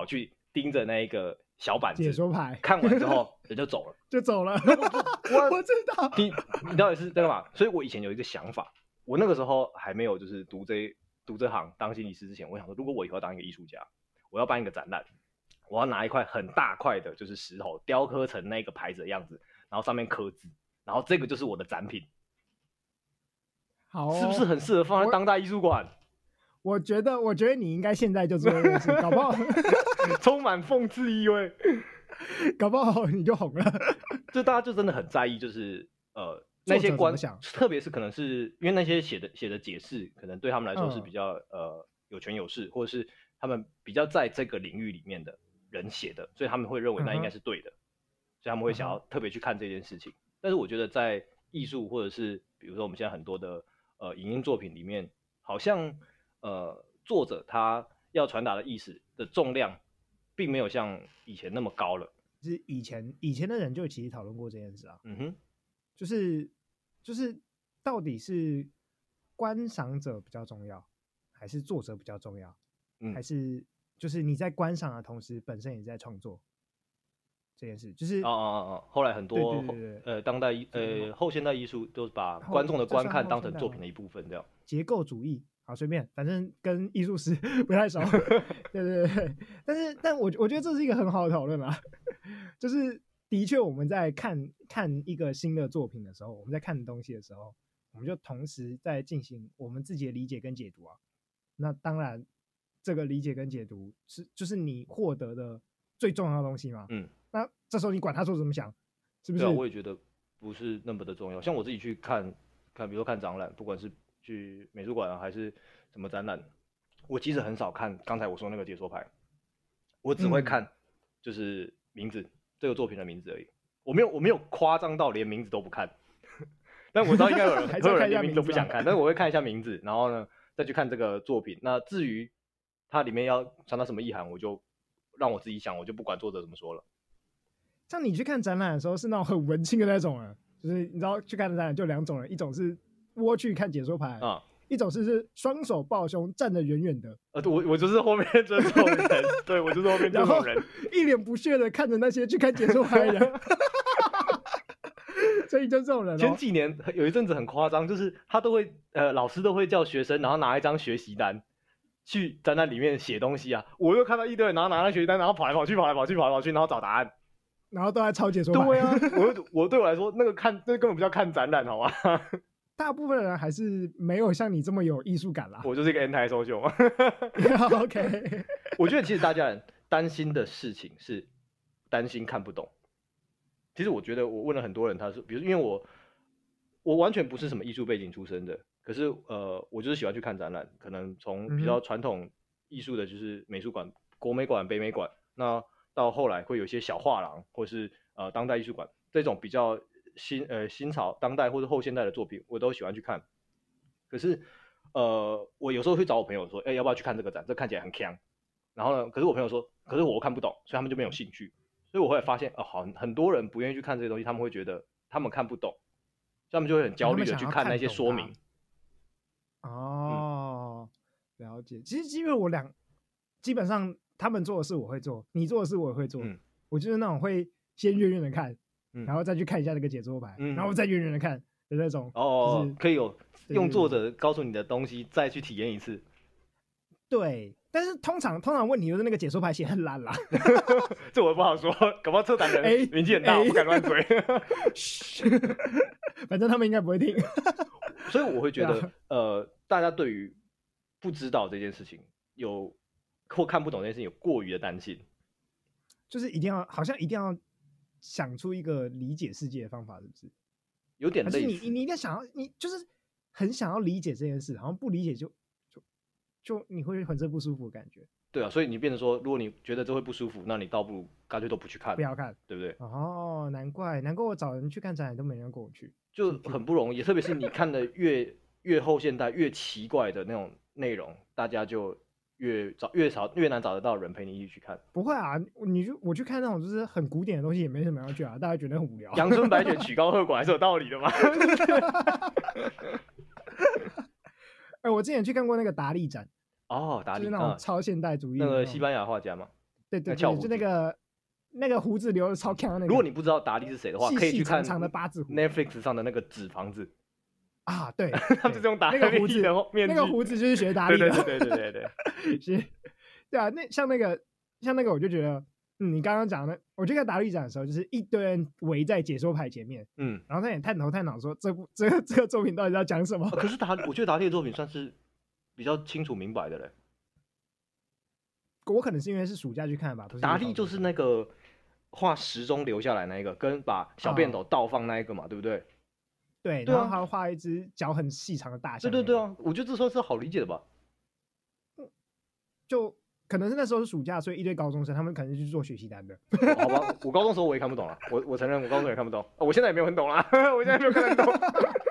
盯着那一个小板子解说牌， 看完之后人就走了， 就走了。我知道你到底是在干嘛？所以我以前有一个想法，我那个时候还没有就是读这行当心理师之前，我想说，如果我以后要当一个艺术家，我要办一个展览，我要拿一块很大块的就是石头雕刻成那个牌子的样子，然后上面刻字，然后这个就是我的展品。 好、哦， 是不是很适合放在当代艺术馆？ 我觉得你应该现在就做这件事，搞不好充满讽刺意味， 搞不好你就红了。 就大家就真的很在意，就是那些特别是可能是因为那些写的解释，可能对他们来说是比较有权有势，或者是他们比较在这个领域里面的人写的，所以他们会认为那应该是对的，所以他们会想要特别去看这件事情。但是我觉得在艺术或者是比如说我们现在很多的影音作品里面，好像作者他要传达的意思的重量，并没有像以前那么高了。 就是以前的人就其实讨论过这件事啊。 嗯哼， 就是到底是观赏者比较重要，还是作者比较重要？还是就是你在观赏的同时，本身也在创作这件事，就是后来很多当代后现代艺术都把观众的观看当成作品的一部分，这样。 结构主义，好随便，反正跟艺术史不太熟。对，但我觉得这是一个很好的讨论啦。就是的确我们在看一个新的作品的时候，我们在看东西的时候，我们就同时在进行我们自己的理解跟解读啊。那当然，这个理解跟解读就是你获得的最重要的东西嘛。那这时候你管他说怎么想，是不是？ 对啊，我也觉得不是那么的重要。像我自己去看，比如说看展览，不管是去美术馆还是什么展览，我其实很少看刚才我说那个解说牌，我只会看就是名字，这个作品的名字而已。我没有夸张到连名字都不看，但我知道应该有人连名字都不想看，但是我会看一下名字，然后呢再去看这个作品。那至于它里面要传达什么意涵，我就让我自己想，我就不管作者怎么说了。 像你去看展览的时候是那种很文青的那种人，就是你知道去看展览就两种人，一种是窝去看解说牌啊，一种是双手抱胸站得远远的。 我就是后面这种人，对，我就是后面这种人， 一脸不屑的看着那些去看解说牌的人。所以就这种人。 前几年有一阵子很夸张，就是他都会老师都会叫学生，然后拿一张学习单去展览里面写东西啊。我又看到一堆人然后拿那学习单，然后跑来跑去，然后找答案。 然后都在抄解说牌。 对啊，我对我来说，那根本不叫看展览，好吗？ 大部分人还是没有像你这么有艺术感啦。 我就是一个 anti-social 嘛。 OK， 我觉得其实大家人担心的事情是担心看不懂。其实我觉得我问了很多人，他说，比如因为我完全不是什么艺术背景出身的，可是我就是喜欢去看展览，可能从比较传统艺术的，就是美术馆、国美馆、北美馆，那到后来会有一些小画廊，或是当代艺术馆这种比较新潮、当代或者后现代的作品，我都喜欢去看。可是我有时候会找我朋友说，要不要去看这个展？这看起来很强。然后呢，可是我朋友说，可是我看不懂，所以他们就没有兴趣。所以我会发现，很多人不愿意去看这些东西，他们会觉得他们看不懂，所以他们就会很焦虑的去看那些说明。 了解。其实因为基本上他们做的事我会做，你做的事我也会做。我就是那种会先远远的看，然后再去看一下这个解说牌，然后再远远的看的那种。就是可以用作者告诉你的东西再去体验一次。 对，但是通常问题就是那个解说牌写很烂啦。 这我不好说，搞不好策展人名气很大，我不敢乱追。 反正他们应该不会听。 所以我会觉得，大家对于不知道这件事情或看不懂这件事情有过于的担心， 就是好像一定要想出一个理解世界的方法，是不是？ 有点类似。 你应该你就是很想要理解这件事，好像不理解就你会浑身不舒服的感觉。 对啊，所以你变成说，如果你觉得这会不舒服，那你倒不如干脆都不去看， 不要看， 对不对？ 难怪我找人去看展览都没人跟我去， 就很不容易。特别是你看的越后现代、越奇怪的那种内容，大家就越难找得到人陪你一起去看。 不会啊，我去看那种就是很古典的东西，也没什么要去啊，大家觉得很无聊。 阳春白雪曲高和寡还是有道理的嘛。 我之前去看过那个达利展。 达利， 就是那种超现代主义那个西班牙画家嘛。 对，就那个胡子留的超强的那个。 如果你不知道达利是谁的话，可以去看长的八字胡 Netflix 上的那个纸房子啊，对， 他们就是用达利的面具， 那个胡子就是学达利的， 对， 是，对啊，像那个我就觉得，你刚刚讲的，我去看达利展的时候，就是一堆人围在解说牌前面，然后他也探头探脑说这个作品到底要讲什么。 可是我觉得达利的作品算是比较清楚明白的嘞。 我可能是因为是暑假去看吧。 达利就是那个画时钟留下来那一个，跟把小便斗倒放那一个嘛，对不对？ 对，然后还画一只脚很细长的大象。 对啊，我觉得这时候是好理解的吧。 就可能是那时候是暑假，所以一堆高中生他们可能去做学习单的。 好吧，我高中时候我也看不懂了，我承认我高中也看不懂，我现在也没有很懂啦，我现在没有看得懂。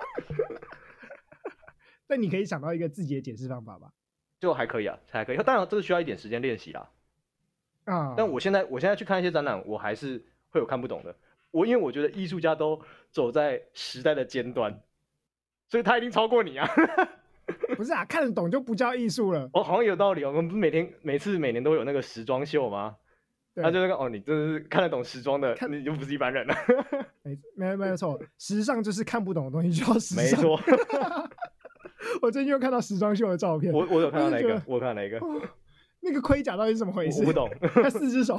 但你可以想到一个自己的解释方法吧？ 就还可以啊，还可以。当然这个需要一点时间练习啦。但我现在去看一些展览，我还是会有看不懂的。因为我觉得艺术家都走在时代的尖端，所以他一定超过你啊。 不是啊，看得懂就不叫艺术了。 好像有道理哦。我们不是每年都有那个时装秀吗？他就那个你真的是看得懂时装的，你就不是一般人了。 没有错，时尚就是看不懂的东西就要时尚。 没错。 我最近又看到时装秀的照片， 我有看到哪个？我有看到哪一个？ 那个盔甲到底是怎么回事？ 我不懂。 那4只手。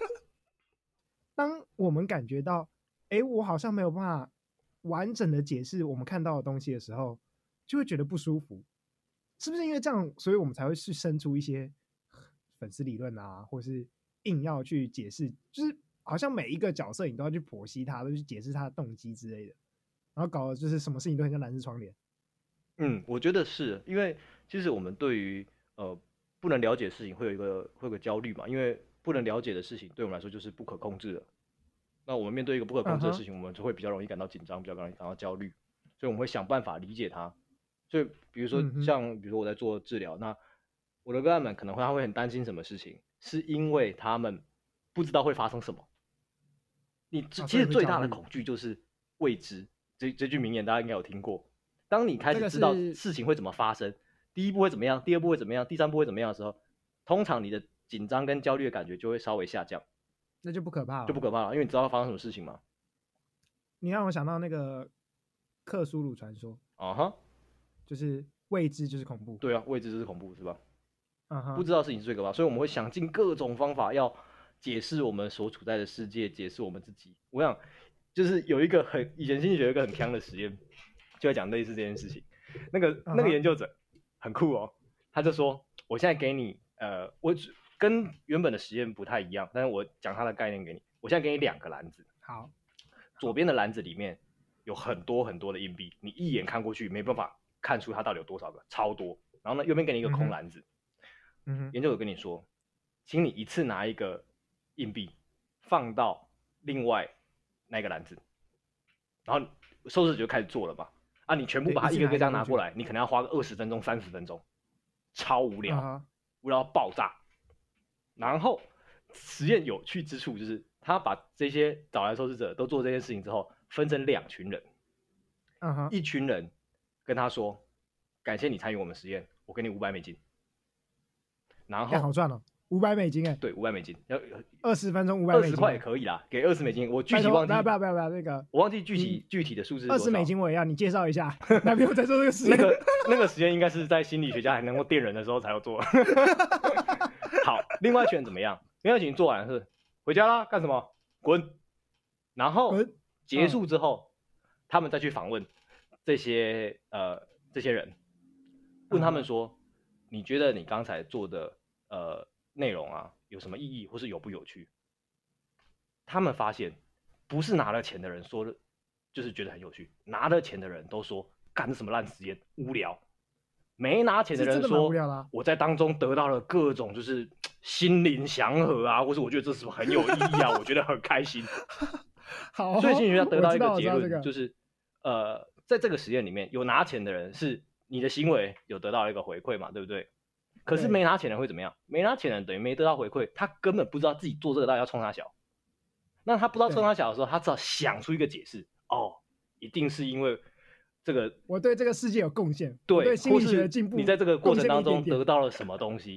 当我们感觉到，我好像没有办法完整的解释我们看到的东西的时候，就会觉得不舒服。是不是因为这样，所以我们才会去生出一些粉丝理论啊，或是硬要去解释，就是好像每一个角色你都要去剖析他，都去解释他的动机之类的，然后搞的就是什么事情都很像蓝丝窗帘。 我觉得是因为其实我们对于不能了解的事情会有一个焦虑嘛，因为不能了解的事情对我们来说就是不可控制的。那我们面对一个不可控制的事情，我们就会比较容易感到紧张，比较容易感到焦虑，所以我们会想办法理解它。所以比如说比如说我在做治疗，那我的个案们可能他会很担心什么事情，是因为他们不知道会发生什么。其实最大的恐惧就是未知。这句名言大家应该有听过。当你开始知道事情会怎么发生，第一步会怎么样，第二步会怎么样，第三步会怎么样的时候，通常你的紧张跟焦虑的感觉就会稍微下降。 那就不可怕了， 因为你知道会发生什么事情嘛。 你让我想到那个克苏鲁传说。就是未知就是恐怖。 对啊，未知就是恐怖，是吧？不知道事情是最可怕，所以我们会想尽各种方法要解释我们所处在的世界，解释我们自己。我想就是有一个以前心理学有一个很强的实验，就在讲类似这件事情。那个研究者很酷哦，他就说我现在给你我跟原本的实验不太一样，但是我讲他的概念给你。我现在给你2个篮子， 好， 左边的篮子里面有很多很多的硬币，你一眼看过去没办法看出它到底有多少个，超多。然后呢，右边给你一个空篮子。研究者跟你说，请你一次拿一个硬币放到另外那个篮子，然后受试者就开始做了嘛。你全部把它一个个这样拿过来，你可能要花个20分钟、30分钟，超无聊，无聊到爆炸。然后实验有趣之处就是，他把这些找来受试者都做这件事情之后，分成2群人。一群人跟他说，感谢你参与我们实验，我给你$500。然后好赚了，$500哎。 对，$500要 20分钟$500，20 块也可以啦，给$20。我具体忘记， 不要那个， 我忘记具体的数字是多少。 $20我也要，你介绍一下，那边我在做这个实验。 那个实验应该是在心理学家还能够电人的时候才要做。好，另外一群人怎么样？另外一群人做完是回家啦，干什么？滚！然后结束之后，他们再去访问这些人，问他们说，你觉得你刚才做的内容啊有什么意义，或是有不有趣？他们发现，不是拿了钱的人说的，就是觉得很有趣；拿了钱的人都说干什么烂实验，无聊。没拿钱的人说，我在当中得到了各种就是心灵祥和啊，或是我觉得这是很有意义啊，我觉得很开心。 好， 所以心理学家得到一个结论，就是在这个实验里面，有拿钱的人是你的行为有得到一个回馈嘛，对不对？可是没拿钱的人会怎么样？没拿钱的人等于没得到回馈，他根本不知道自己做这个到底要冲他小。那他不知道冲他小的时候，他只好想出一个解释，一定是因为这个我对这个世界有贡献， 对， 心理学的进步， 你在这个过程当中得到了什么东西，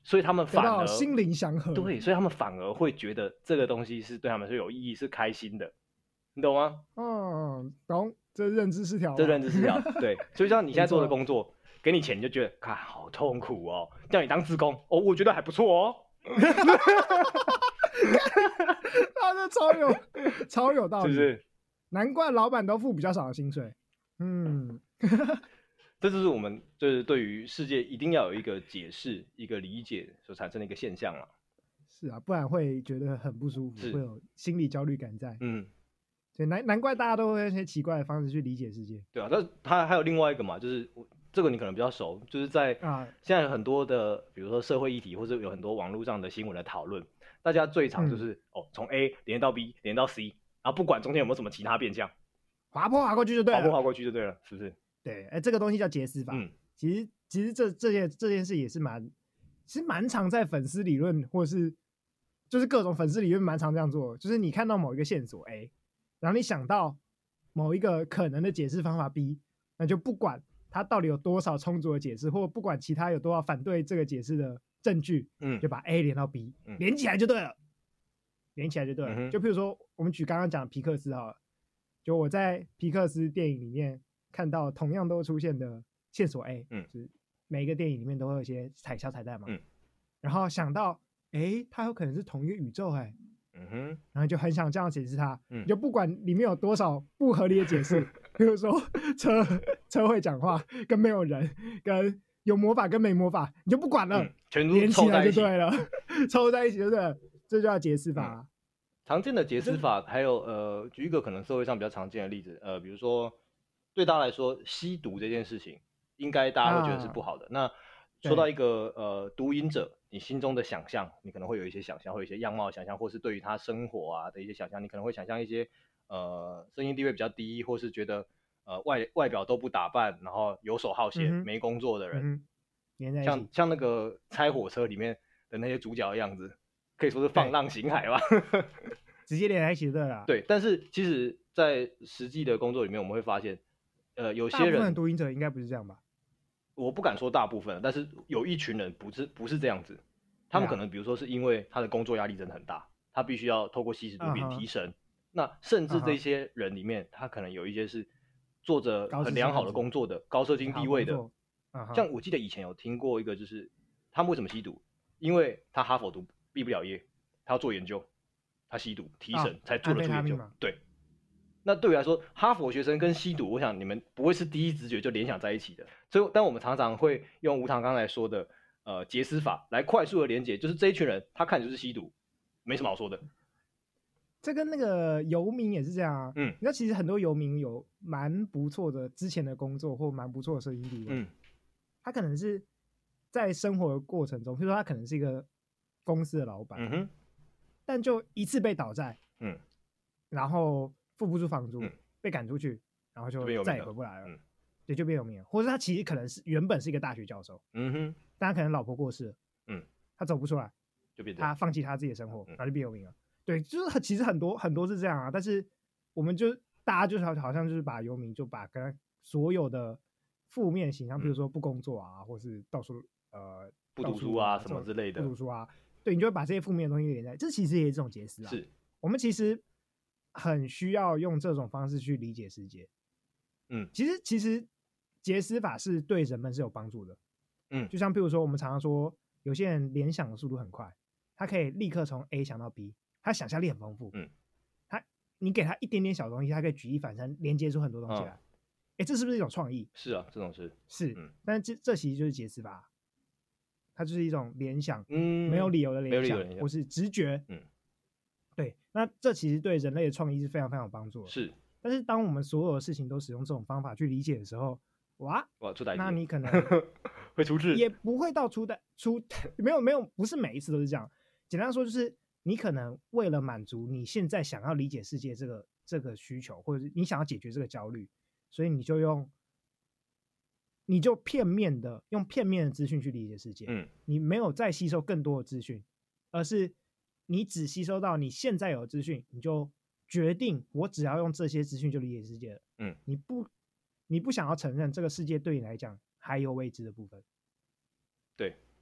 所以他们反而心灵祥和。 对，所以他们反而会觉得这个东西是对他们是有意义、是开心的，你懂吗？ 懂，这认知失调。 这认知失调，对。所以像你现在做的工作，给你钱你就觉得，看好痛苦哦，叫你当志工哦，我觉得还不错哦。 这超有道理，是不是？难怪老板都付比较少的薪水。 这就是我们就是对于世界一定要有一个解释、一个理解所产生的一个现象了。 是啊，不然会觉得很不舒服，会有心理焦虑感在。所以难怪大家都会用一些奇怪的方式去理解世界。 对啊，但它还有另外一个嘛，就是这个你可能比较熟，就是在现在有很多的，比如说社会议题，或者有很多网络上的新闻的讨论，大家最常就是从 A 连到 B 连到 C， 然后不管中间有没有什么其他变相，划过去就对了，划过去就对了，是不是？ 对，这个东西叫杰斯法。其实这件事也是蛮常在粉丝理论或是就是各种粉丝理论蛮常这样做，就是你看到某一个线索 A， 然后你想到某一个可能的解释方法 B， 那就不管它到底有多少充足的解释，或不管其他有多少反对这个解释的证据，就把 A 连到 B，连起来就对了，连起来就对了。就譬如说我们举刚刚讲的皮克斯好了，就我在皮克斯电影里面看到同样都出现的线索 A，就是每一个电影里面都会有一些小彩蛋嘛，然后想到它有可能是同一个宇宙然后就很想这样解释它，你就不管里面有多少不合理的解释，比如说车会讲话跟没有人，跟有魔法跟没魔法，你就不管了， 全连起来就对了，凑在一起就对了，这就叫解释法。 常见的解释法还有举一个可能社会上比较常见的例子，比如说对大家来说吸毒这件事情，应该大家会觉得是不好的。那说到一个毒瘾者，你心中的想象，你可能会有一些想象，会有一些样貌想象，或是对于他生活啊的一些想象，你可能会想象一些生意地位比较低，或是觉得外表都不打扮，然后游手好闲、没工作的人，像那个拆火车里面的那些主角的样子，可以说是放浪形骸吧， 直接连在一起对了。 对，但是其实，在实际的工作里面，我们会发现，有些人大部分毒瘾者应该不是这样吧？ 我不敢说大部分，但是有一群人不是这样子，他们可能比如说是因为他的工作压力真的很大，他必须要透过吸食毒品提神。那甚至这些人里面，他可能有一些是做着很良好的工作的，高社经地位的。像我记得以前有听过一个，就是他们为什么吸毒？因为他哈佛读毕不了业，他要做研究，他吸毒提神才做得出研究。对。那对于来说，哈佛学生跟吸毒，我想你们不会是第一直觉就联想在一起的。所以，但我们常常会用吴糖刚才说的杰斯法来快速的连结，就是这一群人他看就是吸毒，没什么好说的。 这跟那个游民也是这样啊。你知道其实很多游民有蛮不错的之前的工作或蛮不错的社经地位。他可能是在生活的过程中，比如说他可能是一个公司的老板，但就一次被倒债，然后付不出房租，被赶出去，然后就再也回不来了，对，就变有名了。或者他其实可能是原本是一个大学教授，但他可能老婆过世了，他走不出来，就变他放弃他自己的生活，然后就变有名了。对，就是其实很多是这样啊，但是我们就大家就是好像就是把游民就把跟所有的负面形象，比如说不工作啊，或是到处不读书啊什么之类的， 不读书啊，对，你就会把这些负面的东西连在，这其实也是这种解释啊。是，我们其实很需要用这种方式去理解世界。其实解释法是对人们是有帮助的。就像譬如说我们常常说，有些人联想的速度很快，他可以立刻从 A 想到 B， 他想象力很丰富。你给他一点点小东西，他可以举一反三，连接出很多东西来。这是不是一种创意？ 是啊，这种是。但是这其实就是解释法，它就是一种联想，没有理由的联想，或是直觉。对，那这其实对人类的创意是非常非常有帮助的。是。但是当我们所有的事情都使用这种方法去理解的时候，哇，那你可能会出事， 也不会到没有，不是每一次都是这样。简单说就是，你可能为了满足你现在想要理解世界这个需求，或者是你想要解决这个焦虑，所以你就用片面的资讯去理解世界。你没有再吸收更多的资讯，而是你只吸收到你现在有的资讯，你就决定我只要用这些资讯就理解世界了。你不想要承认这个世界对你来讲还有未知的部分。 对，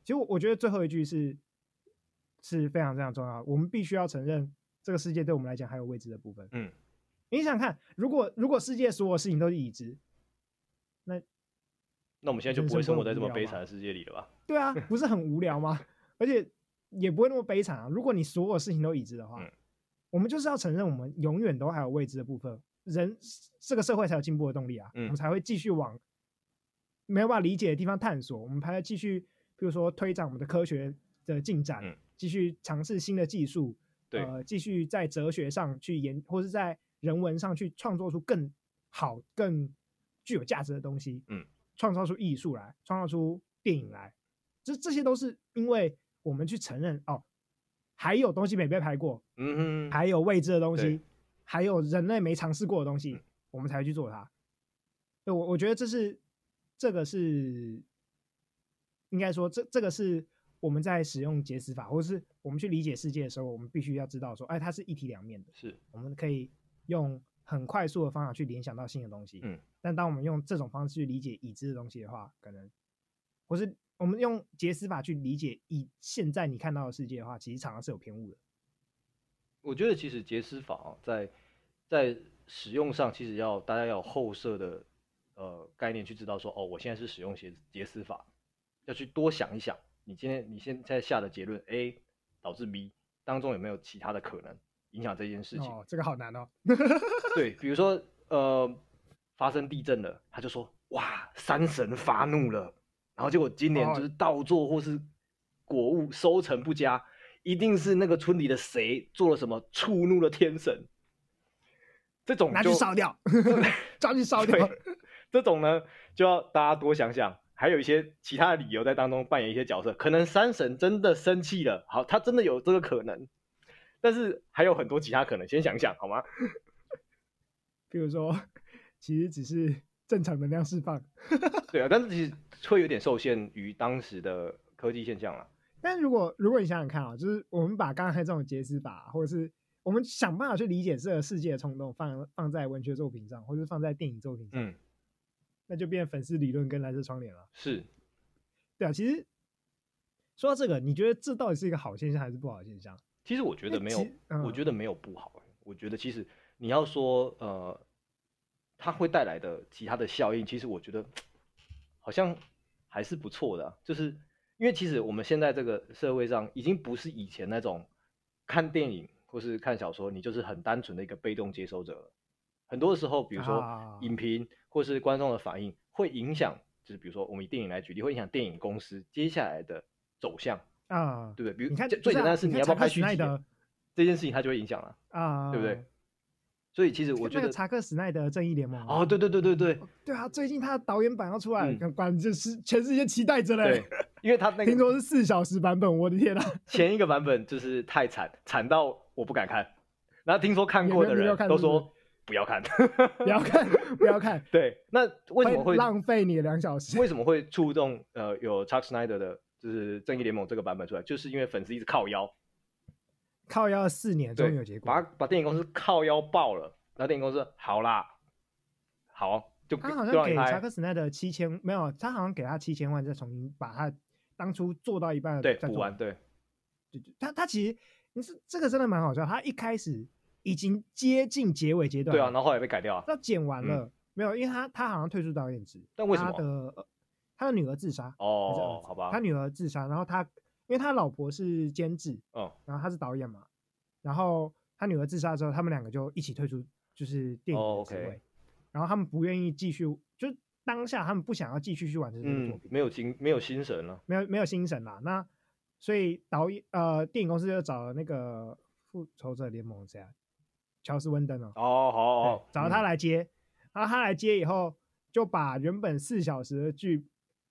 其实我觉得最后一句是非常非常重要的，我们必须要承认这个世界对我们来讲还有未知的部分。你想想看，如果世界所有事情都是已知，那我们现在就不会生活在这么悲惨的世界里了吧？ 对啊，不是很无聊吗？而且也不会那么悲惨啊。如果你所有事情都已知的话，我们就是要承认我们永远都还有未知的部分，人这个社会才有进步的动力啊，我们才会继续往没有办法理解的地方探索，我们才会继续，比如说推展我们的科学的进展，继续尝试新的技术，继续在哲学上去或是在人文上去创作出更好、更具有价值的东西，创造出艺术来，创造出电影来，这些都是因为我们去承认还有东西没被拍过，还有未知的东西，还有人类没尝试过的东西，我们才会去做它。我觉得这个是应该说这个是我们在使用解释法，或者是我们去理解世界的时候，我们必须要知道说，它是一体两面的， 是我们可以用很快速的方法去联想到新的东西，但当我们用这种方式去理解已知的东西的话，可能或是我们用解释法去理解现在你看到的世界的话，其实常常是有偏误的。 我觉得其实解释法在使用上，其实大家要有后设的概念去知道说，我现在是使用解释法，要去多想一想，你现在下的结论 A 导致 B 当中有没有其他的可能影响这件事情？ 这个好难哦。 对，比如说发生地震了，他就说哇，山神发怒了，然后结果今年就是稻作或是果物收成不佳，一定是那个村里的谁做了什么触怒了天神。这种拿去烧掉，抓去烧掉。 这种呢，就要大家多想想，还有一些其他的理由在当中扮演一些角色。可能山神真的生气了，好，他真的有这个可能，但是还有很多其他可能，先想想好吗？ 比如说，其实只是正常能量释放。 对啊，但是其实会有点受限于当时的科技现象啦。 但如果你想想看啊，就是我们把刚才这种解释法，或者是我们想办法去理解这个世界的冲动放在文学作品上，或者放在电影作品上，那就变粉丝理论跟蓝色窗帘了。 是， 对啊，其实说到这个，你觉得这到底是一个好现象还是不好的现象？ 其实我觉得没有，我觉得没有不好。我觉得其实你要说它会带来的其他的效应，其实我觉得好像还是不错的就是因为其实我们现在这个社会上已经不是以前那种看电影或是看小说，你就是很单纯的一个被动接收者了。很多的时候，比如说影评或是观众的反应，会影响，就是比如说我们以电影来举例，会影响电影公司接下来的走向对不对？比如你看最简单的是你要不要拍续集这件事情，它就会影响了对不对？所以其实我觉得查克·史奈德的《正义联盟》 对对啊，最近他的导演版要出来，管就是全世界期待着嘞。 对，因为他那个听说是4小时版本，我的天啊！ 前一个版本就是太惨到我不敢看，然后听说看过的人都说不要看， 不要看，不要看。 对，那为什么会浪费你的2小时？ 为什么会触动有 Chuck Snyder 的就是《正义联盟》这个版本出来，就是因为粉丝一直靠腰了4年，终于有结果， 把电影公司靠腰爆了。然后电影公司好啦，好就他好像给查克·史奈德7000，没有，他好像给他7000万，再重新把他当初做到一半的补完。对， 他其实这个真的蛮好笑，他一开始已经接近结尾阶段， 对啊，然后后来被改掉了， 他剪完了没有？因为他好像退出导演职， 但为什么？ 他的女儿自杀好吧， 他女儿自杀，然后因为他老婆是监制，然后他是导演嘛，然后他女儿自杀之后，他们2个就一起退出。就是电影的职位，然后他们不愿意继续，就当下他们不想要继续去完成这个作品， 没有心神了， 没有心神啦。那所以电影公司就找了那个复仇者联盟乔斯温登好， 找他来接，然后他来接以后，就把原本4小时的剧，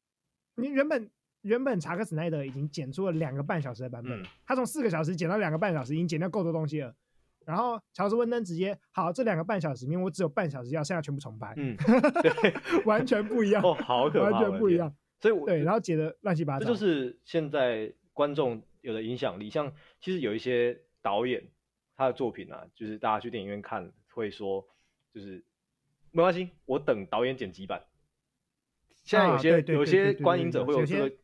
原本查克·史奈德已经剪出了2个半小时的版本，他从4个小时剪到2个半小时，已经剪掉够多东西了。然后乔斯温登直接好，这2个半小时里面我只有半小时要，剩下全部重拍，完全不一样好可怕， 完全不一样。 所以对，然后剪得乱七八糟。 这就是现在观众有的影响力。像其实有一些导演他的作品就是大家去电影院看会说，就是没关系，我等导演剪辑版。现在有些观影者会有这个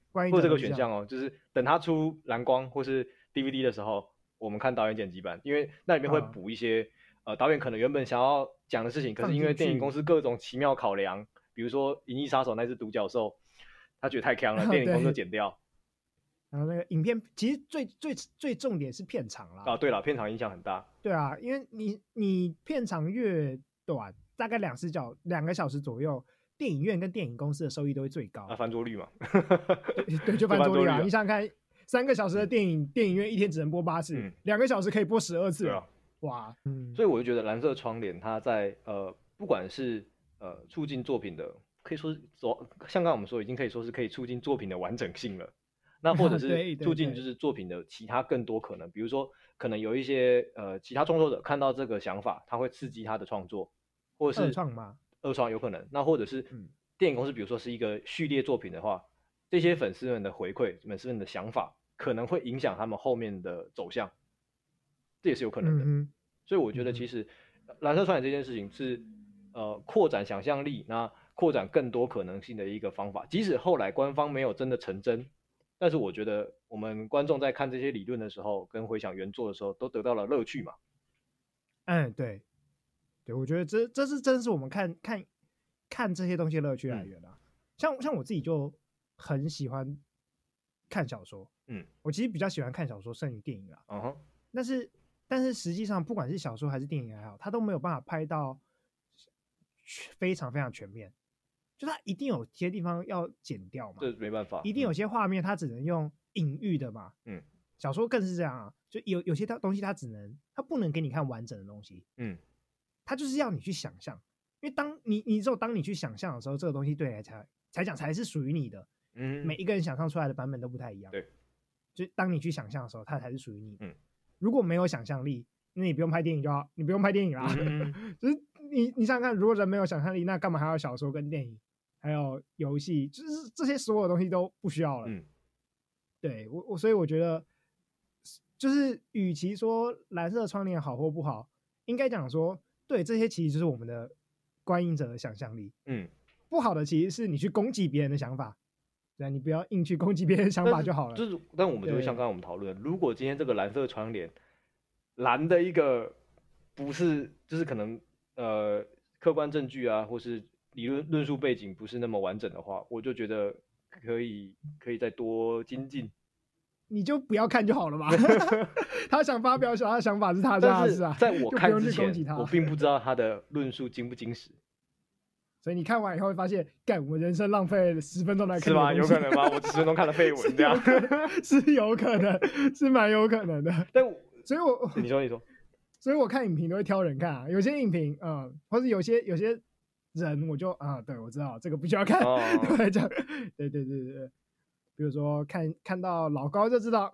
观影或这个选项哦，就是等它出蓝光或是 DVD 的时候，我们看导演剪辑版，因为那里面会补一些导演可能原本想要讲的事情，可是因为电影公司各种奇妙考量，比如说《银翼杀手》那只独角兽，他觉得太强了，电影公司就剪掉。 然后那个影片其实最重点是片长啦。 对了，片长影响很大。 对啊，因为你片长越短，大概2个小时左右，电影院跟电影公司的收益都会最高。 翻桌率嘛。 对，就翻桌率啊！你想想看，3个小时的电影院一天只能播8次，2个小时可以播12次。 对啊， 哇， 所以我就觉得蓝色窗帘它在不管是促进作品的，可以说是像刚刚我们说，已经可以说是可以促进作品的完整性了。那或者是促进就是作品的其他更多可能，比如说可能有一些其他创作者看到这个想法，他会刺激他的创作，或者是二创有可能。那或者是电影公司，比如说是一个序列作品的话，这些粉丝们的回馈、粉丝们的想法，可能会影响他们后面的走向，这也是有可能的。所以我觉得其实蓝色窗帘这件事情是扩展想象力，那扩展更多可能性的一个方法。即使后来官方没有真的成真。但是我觉得我们观众在看这些理论的时候，跟回想原作的时候，都得到了乐趣嘛。 对，我觉得这是真是我们看这些东西的乐趣来源啊。像我自己就很喜欢看小说，我其实比较喜欢看小说胜于电影啦。但是实际上不管是小说还是电影还好，它都没有办法拍到非常非常全面。就它一定有些地方要剪掉嘛， 这没办法， 一定有些画面它只能用隐喻的嘛。小说更是这样啊，就有些东西它不能给你看完整的东西，它就是要你去想象，因为当你去想象的时候，这个东西对你才讲才是属于你的。每一个人想象出来的版本都不太一样。 对， 就当你去想象的时候，它才是属于你的。如果没有想象力，那你不用拍电影就好，你不用拍电影啦。就是你想想看，如果人没有想象力，那干嘛还要小说跟电影？还有游戏，就是这些所有东西都不需要了。对所以我觉得，就是与其说蓝色窗帘好或不好，应该讲说，对这些其实就是我们的观影者的想象力。不好的其实是你去攻击别人的想法，对，你不要硬去攻击别人的想法就好了。 但我们就会像刚刚我们讨论，如果今天这个蓝色窗帘蓝的一个不是，就是可能客观证据啊，或是论述背景不是那么完整的话，我就觉得可以再多精进。 你就不要看就好了嘛。他想发表他的想法是他家的事啊。 在我看之前，我并不知道他的论述精不精实。 所以你看完以后会发现，干，我人生浪费了10分钟来看。 是吧？有可能吗？我10分钟看了废文这样。 是有可能，是蛮有可能的。 但所以我你说。 所以我看影评都会挑人看啊，有些影评或者有些人我就对，我知道这个不需要看。对，这样，对，比如说看到老高就知道，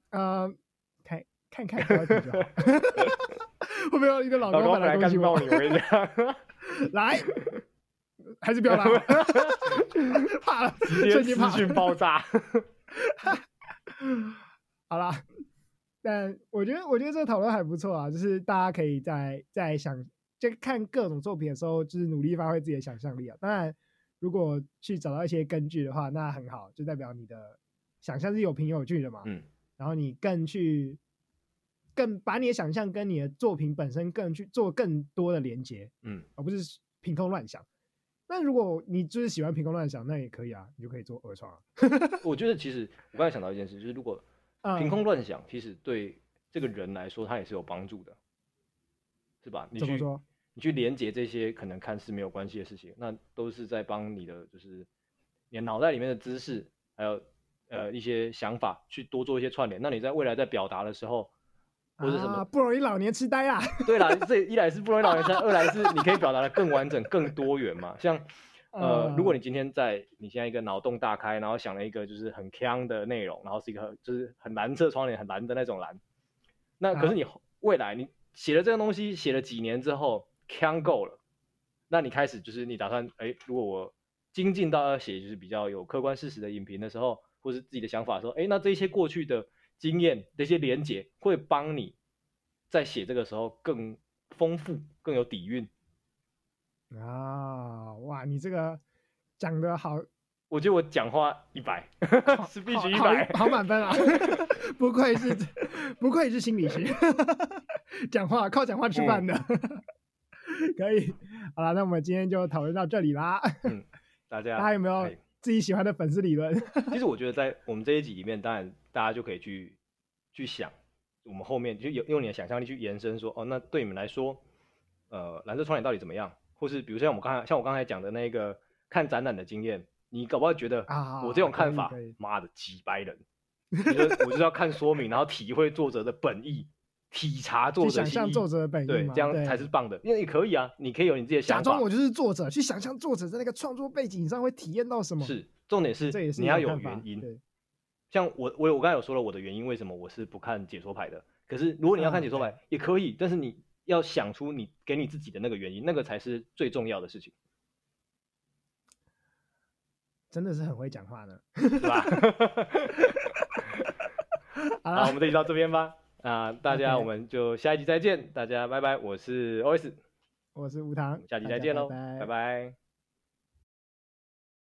看高就好。会不会有一个老高本来攻击我？ 我跟你讲， 来，还是不要来，怕了， 直接资讯爆炸。 好啦，但我觉得这个讨论还不错啊，就是大家可以在想，就看各种作品的时候，就是努力发挥自己的想象力啊。当然，如果去找到一些根据的话，那很好，就代表你的想象是有凭有据的嘛。然后你更把你的想象跟你的作品本身更去做更多的连结，而不是凭空乱想。那如果你就是喜欢凭空乱想，那也可以啊，你就可以做二创啊。 我觉得其实我刚才想到一件事，就是如果凭空乱想，其实对这个人来说他也是有帮助的，是吧？ 怎么说？ 你去连接这些可能看似没有关系的事情，那都是在帮你的，就是你的脑袋里面的知识，还有一些想法去多做一些串联。那你在未来在表达的时候，或者什么不容易老年痴呆啊？ 对啦，这一来是不容易老年痴呆，二来是你可以表达的更完整、更多元嘛。像如果你今天你现在一个脑洞大开，然后想了一个就是很鏘的内容，然后是一个就是很蓝色窗帘、很蓝的那种蓝，那可是你未来你写了这个东西，写了几年之后鏘够了，那你开始就是你打算如果我精进到要写就是比较有客观事实的影评的时候，或是自己的想法的时候，那这些过去的经验这些连结会帮你在写这个时候更丰富、更有底蕴。 哇，你这个讲得好， 我觉得我讲话100，是必须100， 好满分啊！不愧是心理师，靠讲话吃饭的。可以，好了，那我们今天就讨论到这里啦。 大家有没有自己喜欢的粉丝理论？ 其实我觉得在我们这一集里面，当然大家就可以去想，我们后面就用你的想象力去延伸说，那对你们来说，蓝色窗帘到底怎么样？或是比如像我刚才讲的那个看展览的经验，你搞不好觉得我这种看法，妈的几百人，我就是要看说明，然后体会作者的本意。体察作者想象作者的本意， 对，这样才是棒的。因为你可以啊，你可以有你自己的想法。 假装我就是作者，去想象作者在那个创作背景上会体验到什么。 是，重点是你要有原因。像我刚才有说了我的原因，为什么我是不看解说牌的。可是如果你要看解说牌也可以，但是你要想出你给你自己的那个原因，那个才是最重要的事情。 真的是很会讲话呢， 是吧？好，我们这集到这边吧。大家我们就下一集再见，大家拜拜。我是 OS， 我是吴糖， 下集再见喽，拜拜。